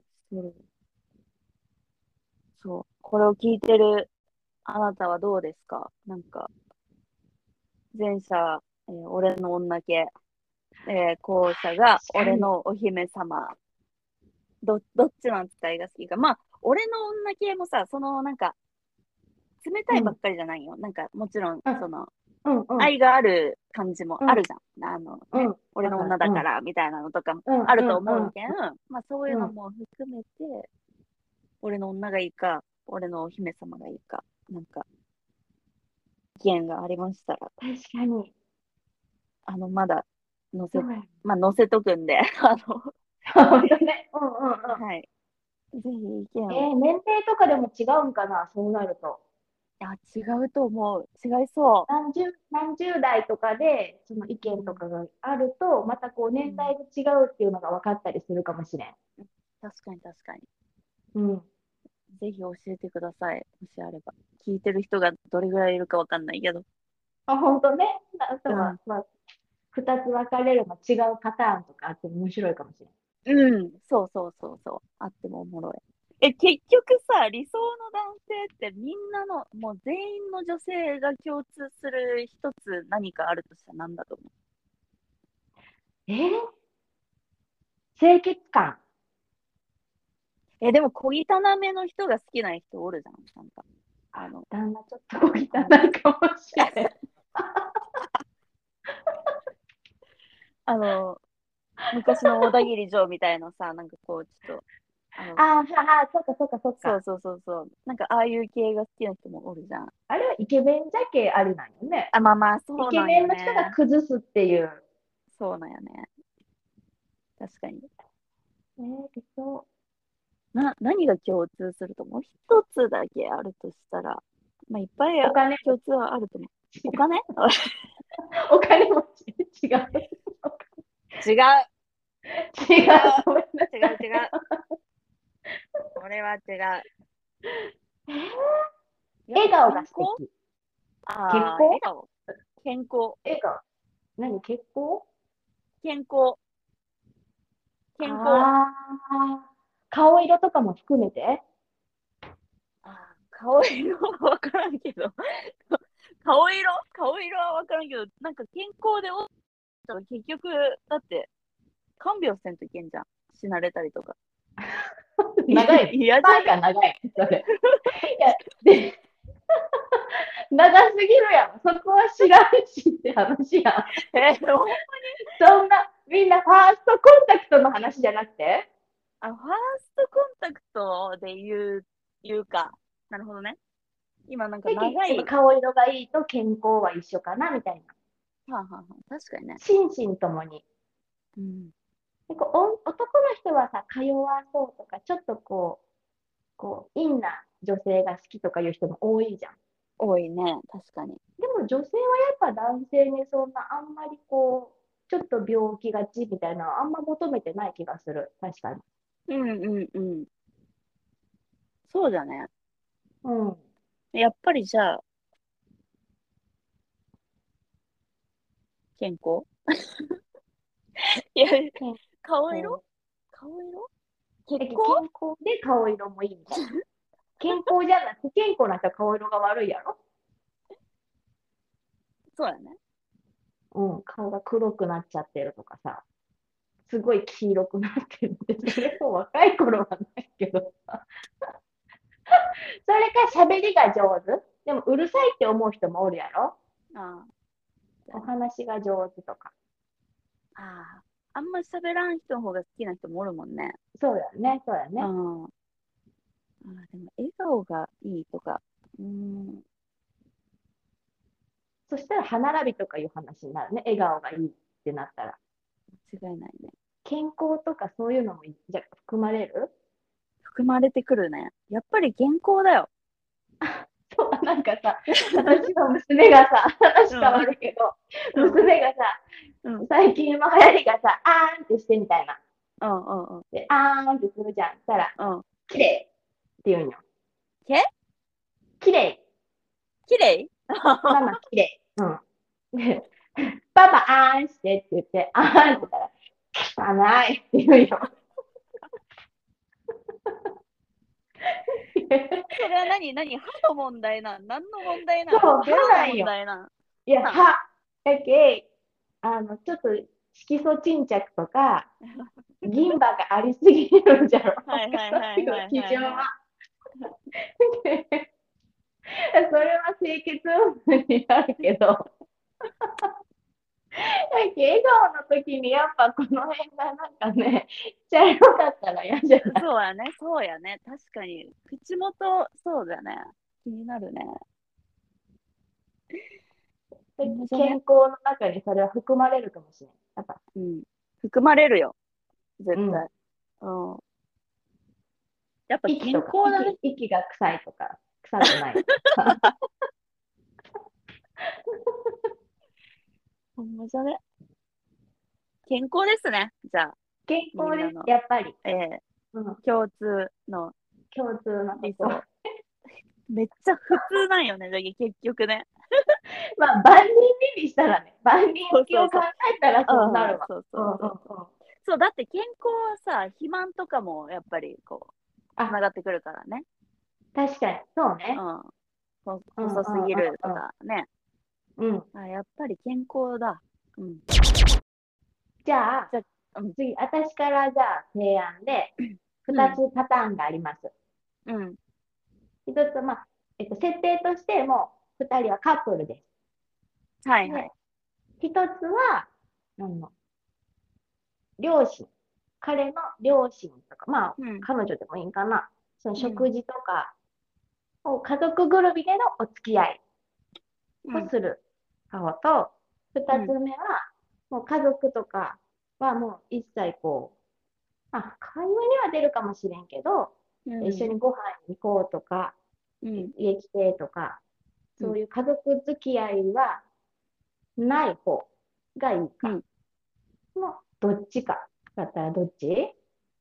そう。これを聞いてるあなたはどうですか？なんか、前者、俺の女系、後者が確かに。 俺のお姫様。どっちの扱いが好きか。まあ、俺の女系もさ、なんか、冷たうん。 いばっかりじゃないよ。なんか、もちろん、 うん。うんうん。 愛がある感じもうん。 あるじゃん。 うん。 俺のわかる。うん。 女だから、みたいなのとかもうんあるとうんうん。 思うけん、まあそういううん。 のも含めて、俺の女がいいか、俺のお姫様がいいか、なんか、意見がありましたら、 確かに。 まだ、載せ、 そうや。 まあ載せとくんで、 本当ね。うんうんうん。 はい。ぜひ意見を。 年齢とかでも違うんかな、そうなると。 違うと思う。違いそ何十代とかで、その意う。う見とん。 かがあると、またこううん。 年代で違うっていうのが分かったりするかもしれん。 確かに確かに。 うん。 ぜひ教えてください。もしあれば。聞いてる人がどれぐらいいるかわかんないけど。 本当ね。あとは、 うん。 二つ分かれるの違うパターンとかあっても面白いかもしれん。 うん。そうそうそうそう。あってもおもろい。結局さ、理想の男性ってみんなの、もう全員の女性が共通する一つ何かあるとしたら何だと思えー清潔感。 う？でも小汚めの人が好きな人おるじゃん。なんか、あの、 旦那ちょっと汚いあの、 かもしれん。 あの、 昔の小田切城みたいなさ、なんかこう、ちょっと、 そっかそっかそっか。 そうそうそうそう。なんかああいう系が好きな人もおるじゃん。 あれはイケメンじゃけありなんよね。 あ、まあまあ、 イそうなんよケメンの人がね。 崩すっていう。 そうなんよね。確かに。 そ何が共通すると思う？一つだけあるとしたら、まあ、いっぱいお金共通はあると思う。お金お金持ち。違う。 違う。違う。 違う。ごめんな違う違さう。これは違う。 い。 やっぱ笑顔が健康。 素敵。健ああ、笑康顔。健康。 笑顔。何結婚？ 健康。健康。 ああー、顔色とかも含めて。 顔色はわからんけど、顔色はわからんけど、なんか健康でおったら結局、だって、看病せんといけんじゃん。死なれたりとか。 長いね。 嫌じゃね？ 前が長いね、それ。いや、で、長すぎるやん。そこは知らんしって話やん。 ほんまに。 そんな、みんなファーストコンタクトの話じゃなくて、 ファーストコンタクトで言うか。なるほどね。今なんか長やっぱい。 顔色がいいと健康は一緒かなみたいな。 はあはあはあ、確かにね。 心身ともに。 うん。 結構男の人はさ、か弱そうとか、ちょっと陰な女性が好きとかいう人も多いじゃん。 多いね。確かに。 でも女性はやっぱ男性にそんなあんまりちょっと病気がちみたいなのはあんま求めてない気がする。確かに。 うんうんうん。そうだね。 うん。 やっぱりじゃあ、健康。いや、 健顔色。 康。 顔色。血健行。 康で顔色もいいみたいな。健康じゃなくて、不健康な人は顔色が悪いやろ。 そうやね。 うん。顔が黒くなっちゃってるとかさ、すごい黄色くなってるって、それも若い頃はないけどさ。それか喋りが上手。でもうるさいって思う人もおるやろ。 ああ、 お話が上手とか。 ああ、あんま喋らん人の方が好きな人もおるもんね。 そうだよね、そうだようね。 ん。でも笑顔がいいとか。 そしたら歯並びとかいう話になるね。笑顔がいいってなったら。 間違いないね。 健康とかそういうのもじゃ含まれる？ 含まれてくるね。やっぱり健康だよ。 そう、なんかさ、私の娘がさ、話変わうん。 るけど、 うん。 娘がさ、 うん。 最近の流行りがさ、あーんってしてみたいな。 うん。うん。うん。 で、あーんってするじゃん。したら、 うん。 綺麗って言うんよ。 け綺麗。 きれい。 ママ綺麗。うん。で、パパあーんしてって言って、あーんって言ったら、汚いって言うよ。 それは歯の問題何の問題そう、歯ベロのなんよ。 問題いや、 歯。 歯。だけ、ちょっと色素沈着とか、銀歯がありすぎるんじゃろ。 はいはいはいはい基準は。 はいはい。 それは清潔運になるけど、笑顔の時にやっぱこの辺がなんかね、茶色かったら嫌じゃない？ そうやね、そうやね。確かに。口元、そうだね。気になるね。ほんまじゃね。 健康の中にそれは含まれるかもしれない。やっぱ、 うん。含まれるよ。絶うん。 対。うん。やっぱ健息とか、 康だね。 息が臭いとか、臭くないとか。 ほんまじゃね。健康ですね。じゃあ、 健康です、 みんなの、 やっぱり。 えーうん。 共通の共通のとこ。 理想。めっちゃ普通なんよね。だけど結局ね。 まあ、万人目にしたらね、万人受けを考そうそうそう。 えたらそうなああ、 るわ。 そううんうんそうそうそう。 うん。 そう、だって健康はさ、肥満とかもやっぱりこう、つなあ、 がってくるからね。 確かに、そうね。 うん。 うんうん細すぎるとうんかね。 うん。うん。 やっぱり健康だ。うん。 じゃあ、 じゃあ、うん。 次、私からじゃあ提案で、2 うん。 つパターンがあります。 うん。 1つ、まあ、設定としても、2人はカップルです。で、 はいはい。 1つは、あの、 両親、彼の両親とか、まあ、 うん。 彼女でもいいんかな。そのうん。 食事とかを家族ぐるみでのお付き合いうん。 をする顔と、 うん。 二つ目は、もう家族とかはもう一切こう、あ、会話には出るかもしれんけど、 うん。 一緒にご飯に行こうとか、 うん。 家来てとか、 うん。 そういう家族付き合いはない方がいいか。 うん。 のどっちかだったらどっち？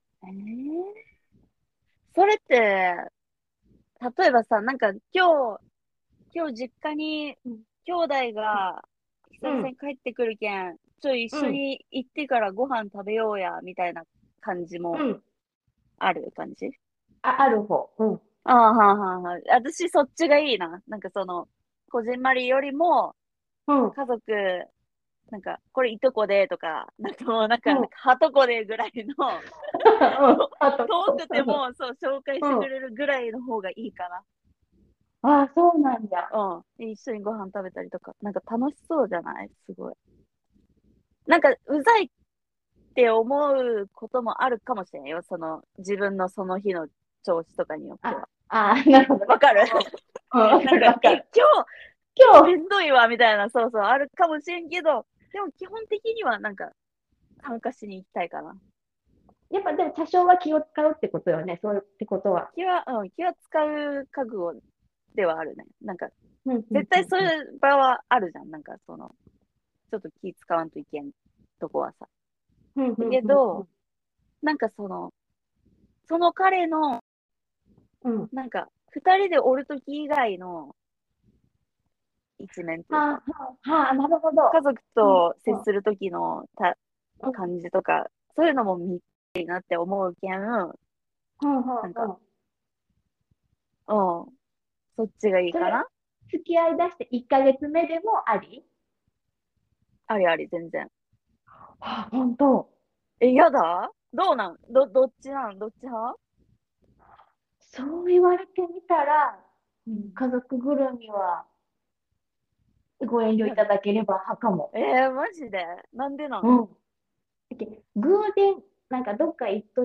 それって、例えばさ、なんか今日実家にうん、 兄弟が久うん、 々に帰ってくるけん、一緒うん、 に行ってからご飯食べようや、みたいな感じもうん。 ある感じ。 ある方。うん、 ああ、はあ、はあ、はあ。私そっちがいいな。なんかこじんまりよりも、 うん、うん。 家族、なんか、これいとこでとか、なんか、はとこでぐらいの、 あと、 遠くても、そう、紹介しうん。 てくれるぐらいの方がいいかな。 ああ、そうなんだ。 うん。で一緒にご飯食べたりとか、なんか楽しそうじゃないすごい。なんか、うざいって思うこともあるかもしれないよ。自分のその日の調子とかによってあ、 は。 なるほどね。 わかる？ うん、わなんか、 かるわかる。 今日め今日、 んどいわ、みたいな、そうそう、あるかもしれんけど、でも基本的にはなんか、参加しに行きたいかな。 やっぱでも多少は気を使うってことよね。そういうってことは。 気は使う覚悟ではあるね。なんか、 うん、うん、 絶対うん、うん。 そういう場はあるじゃん。なんか、ちょっと気使わんといけんとこはさ。 うん、うだん、うん、うけど、 ん。 なんかその彼の、 うん。 なんか、二人でおるとき以外の一面というか、 はあ、はあ、はあ、なるほど。 家族うん、 と接うん、 するときのうん、 感じとか、そういうのも見たいなって思うけん、 うん、 なんか、 うん。 うん、そっちがいいそれ、 かな。 付き合い出して1ヶ月目でもあり？ ありあり、全然。 あ、本当。 やだどうなんどっちなんどっち派？ そう言われてみたら、うん、 うん。 家族ぐるみはご遠慮いやだ。 ただければ派かも。 マジでなんでなん？ うん。だけ偶然、なんかどっか行っとって、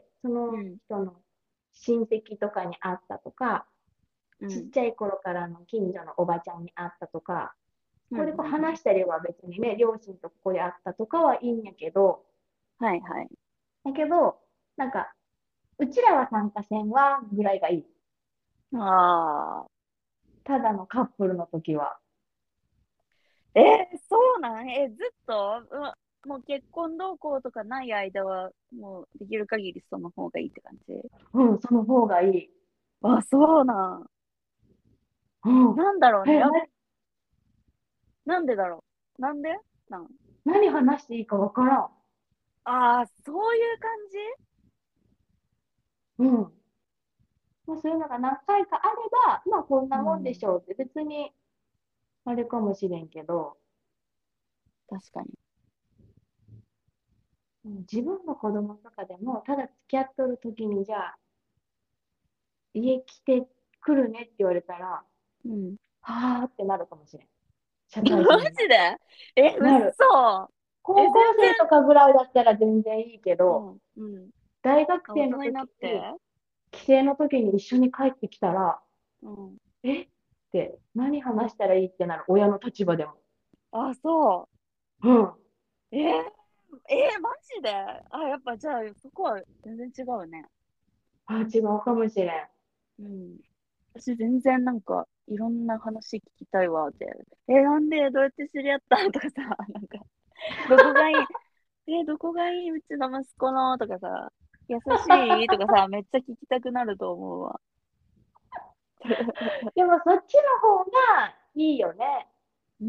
そのうん、 人の親戚とかに会ったとか、 うん、 ちっちゃい頃からの近所のおばちゃんに会ったとか、 うん、 これこううん、うん。 話したりは別にね、両親とここで会ったとかはいいんやけど、 はいはい。 なんか、うちらは参加せんわぐらいがいい。 ああ。 ただのカップルの時は。 そうなんずっと、もう結婚動向とかない間は、もうできる限りその方がいいって感じ？ うん、その方がいい。 そうなん。 うん。 なんだろうね。 え、 なんでだろう。なんでなん？ 何話していいかわからん。 そういう感じ？ うん。まあ、そういうのが何回かあれば、まあこんなもんでうん。 しょうって別にあれかもしれんけど、 確かに。 うん、自分の子供とかでも、ただ付き合っとる時にじゃあ、家来てくるねって言われたら、 うん。 はあってなるかもしれん。社マ会人になって。 ジで？ なる。 嘘。全高校生とかぐらいだったら全然いいけど、 然、うん、うん。 大学大生の人になって？ 時に、帰省の時に一緒に帰ってきたら、 うん。 えって何話したらいいってなる、親の立場でも。 そうん。 う。マジで？やっぱじゃあ、そこは全然違うね。 あ、違うかもしれん。 うん。私全然なんか、いろんな話聞きたいわって。なんでどうやって知り合ったとかさ、なんか、どこがいいどこがいいうちの息子のとかさ、優しいとかさ、めっちゃ聞きたくなると思うわ。 でもそっちの方がいいよね。 うん。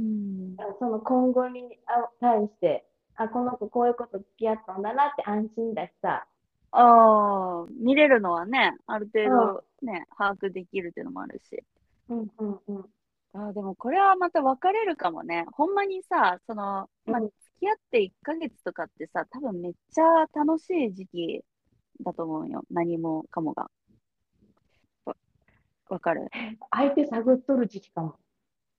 その今後に対して、あ、この子こういうこと付き合ったんだなって安心だしさ。 見れるのはね、ある程うん、 度ね、把握できるっていうのもあるし。 うん、うん、うん。 でもこれはまた分かれるかもね。ほんまにさ、まあ、付うん、 き合って1ヶ月とかってさ、多分めっちゃ楽しい時期だと思うよ。何もかもが。わ、わかる？ 相手探っとる時期かも。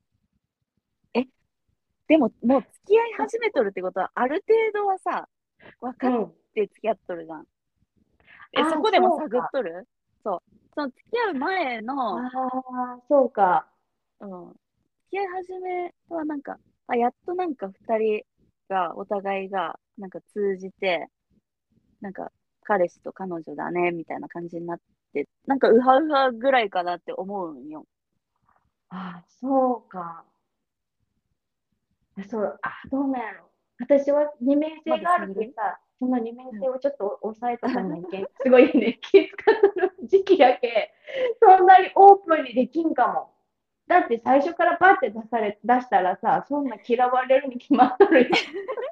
え、でももう付き合い始めとるってことは、ある程度はさ、 分かって付き合っとるじゃん。そああ、 こでも探っそうか。 とる。そう。その付き合う前の、 ああ、そうか。 うん、付き合い始めはなんか、やっとなんか二人が、お互いが、なんか通じて、なんか、彼氏と彼女だね、みたいな感じになって、なんかウハウハぐらいかなって思うんよ。 ああ、そうか。そう、どうなんやろ。私は二面ま性があるだ探る。 けどさ、その二面うん。 性をちょっと抑えとかないけん、すごいね、気使ってる時期やけ、そんなにオープンにできんかも。だって最初からバッて出したらさ、そんな嫌われるに決まっとるやん。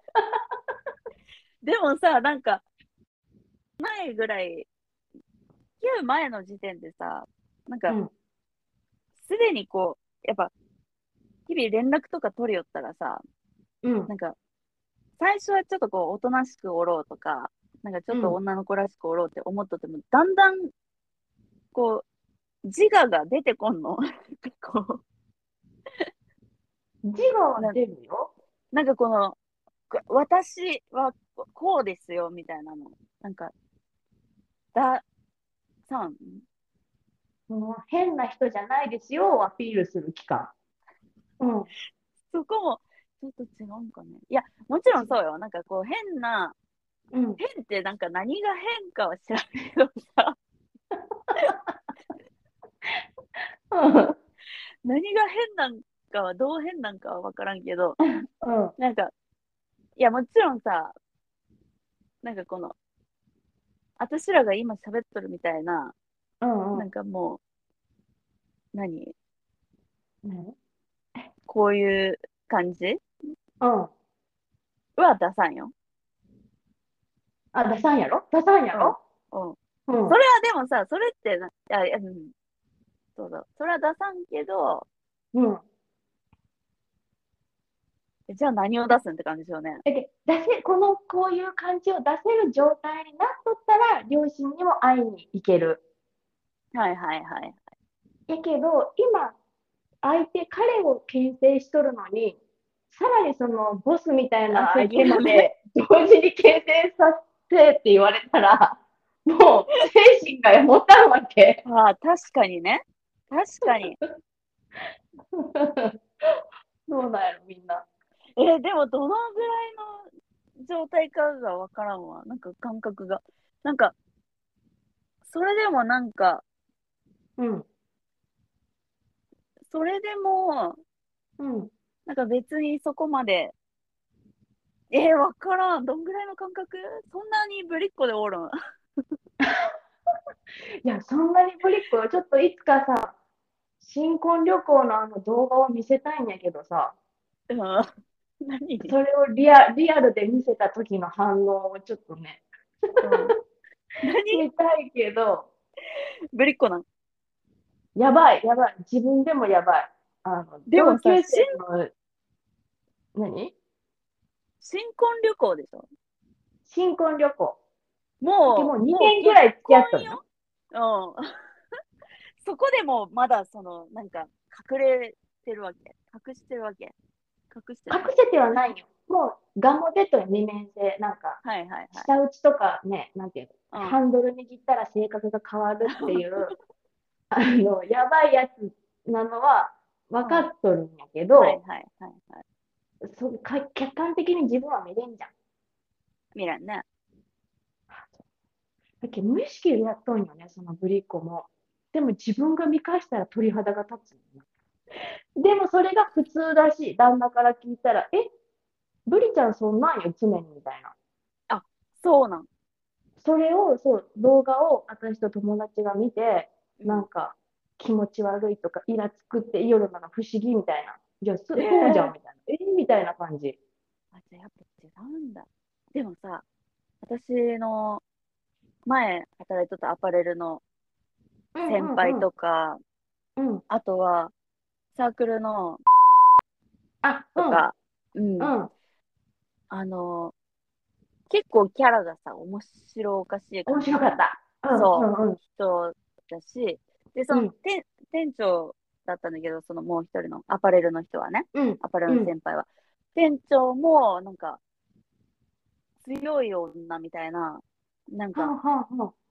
でもさ、なんか、前ぐらい、付き合う前の時点でさ、なんか、 うん、 すでにこう、やっぱ、日々連絡とか取りよったらさ、 うん、 なんか、最初はちょっとこう、おとなしくおろうとか、なんかちょっとうん。 女の子らしくおろうって思っとっても、だんだん、こう、自我が出てこんの。こ自我う、 は出るよ。 なんかこの、私はこうですよ、みたいなの。なんか、だ、さん、 もう変な人じゃないですよをアピールする期間。うん。 そこも、ちょっと違うんかね。いや、もちろんそうよ。なんかこう、 うん。 変ってなんか何が変かは知らんけどさ、 うん。 何が変なんかは、どう変なんかはわからんけど、 うん。 なんか、いや、もちろんさ、なんかこの、私らが今喋っとるみたいな、 うん。うん。 なんかも何ね。 こういう感じうん。 は出さんよ。 出さんやろ出さんやうん。 ろ。 うん。 うん。 それはでもさ、それってうん、そうそう。それは出さんけど、 うん。 じゃあ何を出すんって感じですよね。 こういう感じを出せる状態になっとったら、両親にも会いに行ける。 はいはいはい。 やけど、今、彼を牽制しとるのに、さらにそのボスみたいな相手敵がね。 まで同時に牽制させって言われたら、もう精神が持たんわけ。 確かにね。確かに。 そうなんやろ、みんな。 でもどのぐらいの状態かがわからんわ。なんか感覚が。なんか、それでもなんか、 うん。 それでも、 うん。 なんか別にそこまで、わからん。どんぐらいの感覚そんなにぶりっ子でおるん。 いや、そんなにぶりっ子よ。ちょっといつかさ、新婚旅行のあの動画を見せたいんやけどさ、 うん。何それをリアルで見せた時の反応をちょっとね、 うん。何見たいけど、 ぶりっ子なん。 やばい、やばい。自分でもやばい。同でもさ、 級生の、何新婚旅行でしょ。 新婚旅行。もうもう 2年ぐ結らい付き合っとるよ。 婚よ。うん。そこでもまだなんか、隠れてるわけ。隠してるわけ。隠してない。 隠せてはないよ。もう、ガモデットの二面性。なんか、 はいはいはい。 舌打ちとかね、なんていうの、 うん。 ハンドル握ったら性格が変わるっていう、やばいやつなのは分かうん。 っとるんやけど、 はいはいはいはい。 客観的に自分は見れんじゃん。 見らんね。 だけど無意識でやっとんよね、そのぶりっ子も。でも自分が見返したら鳥肌が立つんよね。でもそれが普通だし、旦那から聞いたら、ブリちゃんそんなんよ、常にみたいな。 あ、そうなん。 それを、そう、動画を私と友達が見て、 うん。 なんか気持ち悪いとか、イラつくって夜なの不思議みたいな。いや、そうじゃんー、 みたいな。みたいな感じ。 じゃあやっぱ違うんだ。でもさ、私の前働いとったアパレルのうん先輩うんうん。 とか、 うん。 あとはサークルのうん。 とか、うん、 うん。 あの、結構キャラがさ、面白おかしい面感じの、 白かった。うそう、 んうんうん。 人だし、で、 うん。 店長だったんだけど、そのもう一人のアパレルの人はね、 うん。 アパレルうん。 の先輩は。店長も、なんか、 強い女みたいな、なんか、 はあはあはあ。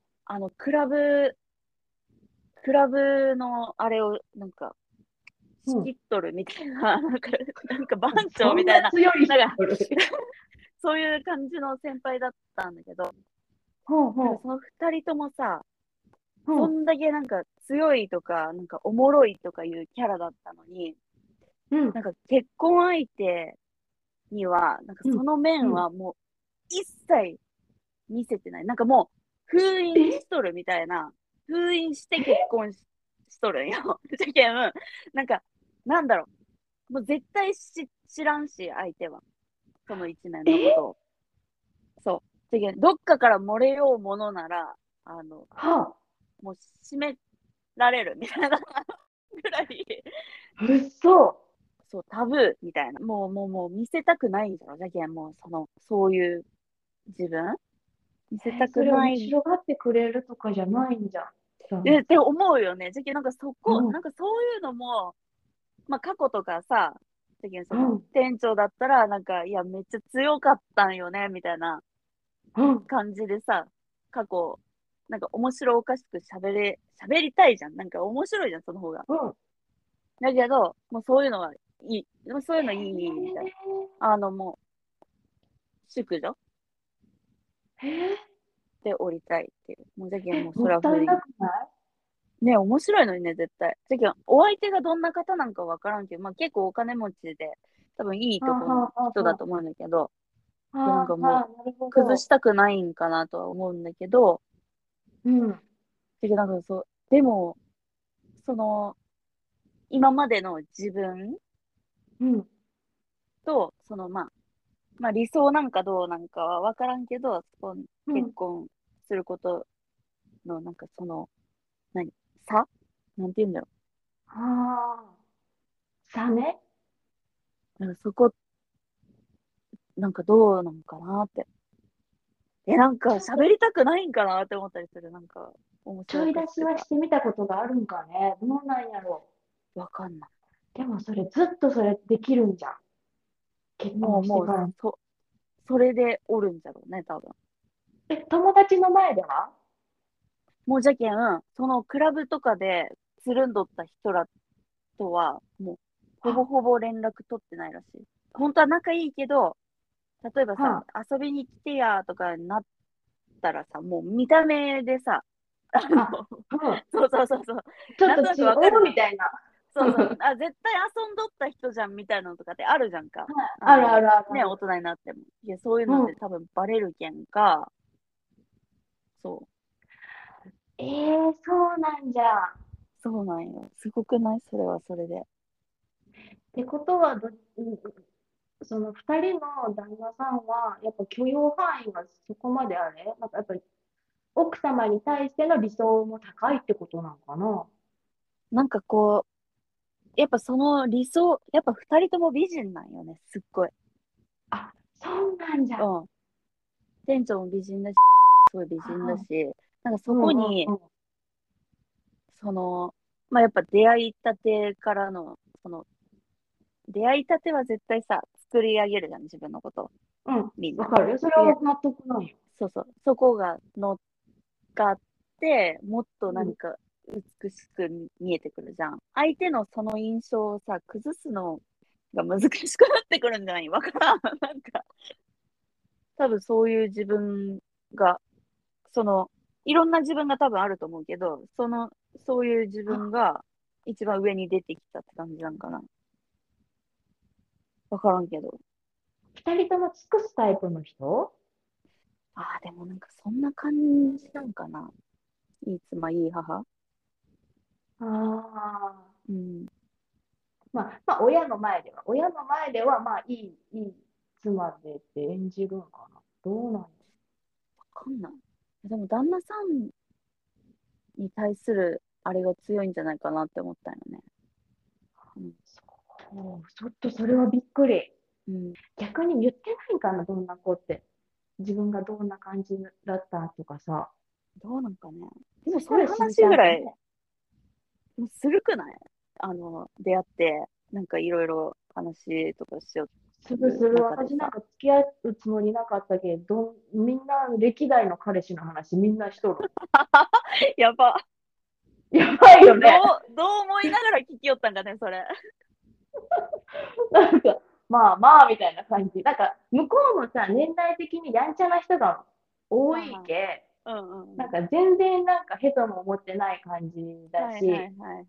クラブのあれを、なんか、仕うん。 切っとるみたいな、なんか番長そんみたいな、 な強い人なんか、 おる。 そういう感じの先輩だったんだけど、 ほうほなんかその二人ともさ、 う。うん。 そんだけなんか強いとか、なんかおもろいとかいうキャラだったのに、 うん。 なんか結婚相手には、なんかうん。 その面うん。 はもう一切見せてない。なんかもう封印えしとるみたいな、封印して結え婚しとるんよ。じゃけん、なんか、なんだろう。もう絶対知らんし、相手は。その一面のこえとを。そう。じゃけん、どっかから漏れようものなら、 はもう閉められるみたいなぐらい、 あ。うっそ。 そう、タブーみたいな。もう見せたくないんじゃろ。じゃけん、もうそういう自分見せたそれ面くない。 白がってくれるとかじゃないんじゃん。旦那ってさ思うよね。じゃけん、なんかん。うん。 なんかそういうのも、まあ過去とかさ、じゃけん、そのうん。 店長だったら、なんか、いや、めっちゃ強かったんよね、みたいなうん。 感じでさ、過去、なんか面白おかしく喋りたいじゃん。なんか面白いじゃん、その方が。 うん。 だけど、もうそういうのはいい。もうそういうのいい、みたいな。 へもう、淑女え。えで降りたいっていう。もうじゃけん、もうそもったいれは不意。 なくない？ ね、面白いのにね、絶対。じゃけん、お相手がどんな方なんかわからんけど、まあ結構お金持ちで、多分いいはあとこのはあはあは人だと思うんだけど、 あ。 で、なんはかもう、 あはあ、なるほど。 崩したくないんかなとは思うんだけど、 うん。 だけどなんかそう、でも、その、今までの自分うん。 と、まあ理想なんかどうなんかはわからんけど、 うん。 結婚することの、なんか何差なんて言うんだろはあ。サメ。 う。なんかそこ、なんかどうなんかなって。なんかちょっと喋りたくないんかなって思ったりする。なんか、面白おちょい出かしくさ。 しはしてみたことがあるんかね。どうなんやろわかんなう。でもそれずっとそれできるんじゃん。結い。もう、 婚してから。 それでおるんじゃろうね、多分。 え、友達の前では？ もうじゃけん、そのクラブとかでつるんどった人らとは、もう、ほぼは、 ほぼ連絡取ってないらしい。本当は仲いいけど、例えばさ、 は遊びに来てやとかになったらさ、もう見た目でさ、 あ、うん。 そう。 ちょっとなんとなくわかるじゃん。 みたいな。 そうそう。あ、絶対遊んどった人じゃんみたいなのとかってあるじゃんか。 あるあるあるあね、大る。 人になっても。いや、そういううん。 のって多分バレるけんか、そう。 そうなんじゃ。っそうなんよ。すごくないそれはそれで。 てことはその二人の旦那さんは、やっぱ許容範囲がそこまであれなんかやっぱり奥様に対しての理想も高いってことなのかな？ なんかこう、やっぱその理想、やっぱ二人とも美人なんよね、すっごい。 あ、そうなんじゃ。 うん。店長も美人だし、すごい美人だはし、なんかそうんうんこに、 うん。 その、まあやっぱ出会いたてからの、出会いたては絶対さ、作り上げるじゃん、自分のことを。 うん。 みんな。 わかるよ。それで、 は納得なんよ。 そうそう。そこが乗っかって、もっとうん。 なんか美しく見えてくるじゃん。相手のその印象をさ、崩すのが難しくなってくるんじゃないわからん。なんか、多分そういう自分が、その、いろんな自分が多分あると思うけど、そういう自分あ、 が一番上に出てきたって感じなんかな。わからんけど。 二人とも尽くすタイプの人？ ああ、でもなんかそんな感じなんかな。いい妻、いい母。 ああ。 うん。 まあ、親の前では、まあ、いい妻でって演じるんかな。どうなんだ？ わかんない。でも旦那さんに対するあれが強いんじゃないかなって思ったよね。うん。 そう、ちょっとそれはびっくり。 うん。 逆に言ってないんかな、どんな子って。自分がどんな感じだったとかさ。 どうなんかね。でそもそういうしたら知り話ぐらい、 たいよね。 もうするくない出会って、なんかいろいろ話とかしよう。 するする。私なんか付き合うつもりなかったけど、みんな歴代の彼氏の話みんなしとる。 やば。 やばいよね。 どう思いながら聞きよったんかね、それ。 なんか、まあまあみたいな感じ。なんか、向こうもさ、年代的にやんちゃな人が多いけ、なんか全然なんかヘトも思ってない感じだはいはいはいし、 はい。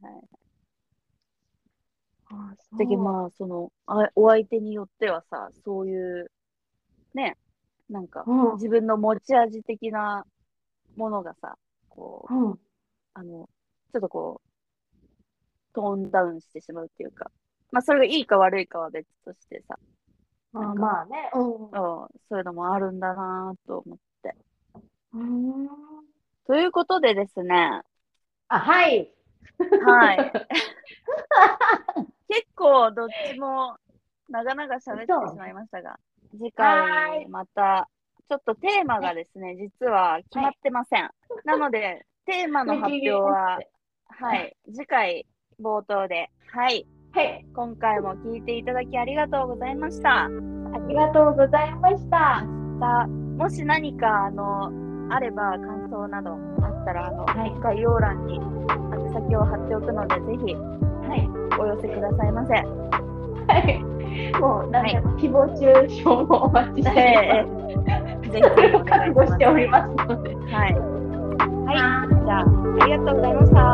あ、 だけどそまあ、お相手によってはさ、そういう、ね、なんか、 う。うん、 自分の持ち味的なものがさ、こう、 うん。 ちょっとこう、トーンダウンしてしまうっていうか、まあ、それがいいか悪いかは別としてさ、なんあ、 か、 まあね、うん。 そういうのもあるんだなと思って。 うーん。 ということでですね、 あ、はい。 はい。結構どっちも長々喋ってしまいそうね。 ましたが、次はーい。 回また、ちょっとテーマがね、 ですね、実は決まっはい。 てません。なので、テーマの発見切表は、 り発車。 はい、次回冒頭で、はい、 はい。 今回も聞いていただきありがとうございました。 ありがとうございました。 明日、もし何か、あれば感想などあったら、 はい。 概要欄に宛先を貼っておくので、ぜひはい。 お寄せくださいませ。 はい。もう、なんはい。 でも、誹謗中傷もお待ちしています。 ぜひぜひお願いします。 覚悟しておりますので。 はい。はい。 はじゃあ、ありがとうございました。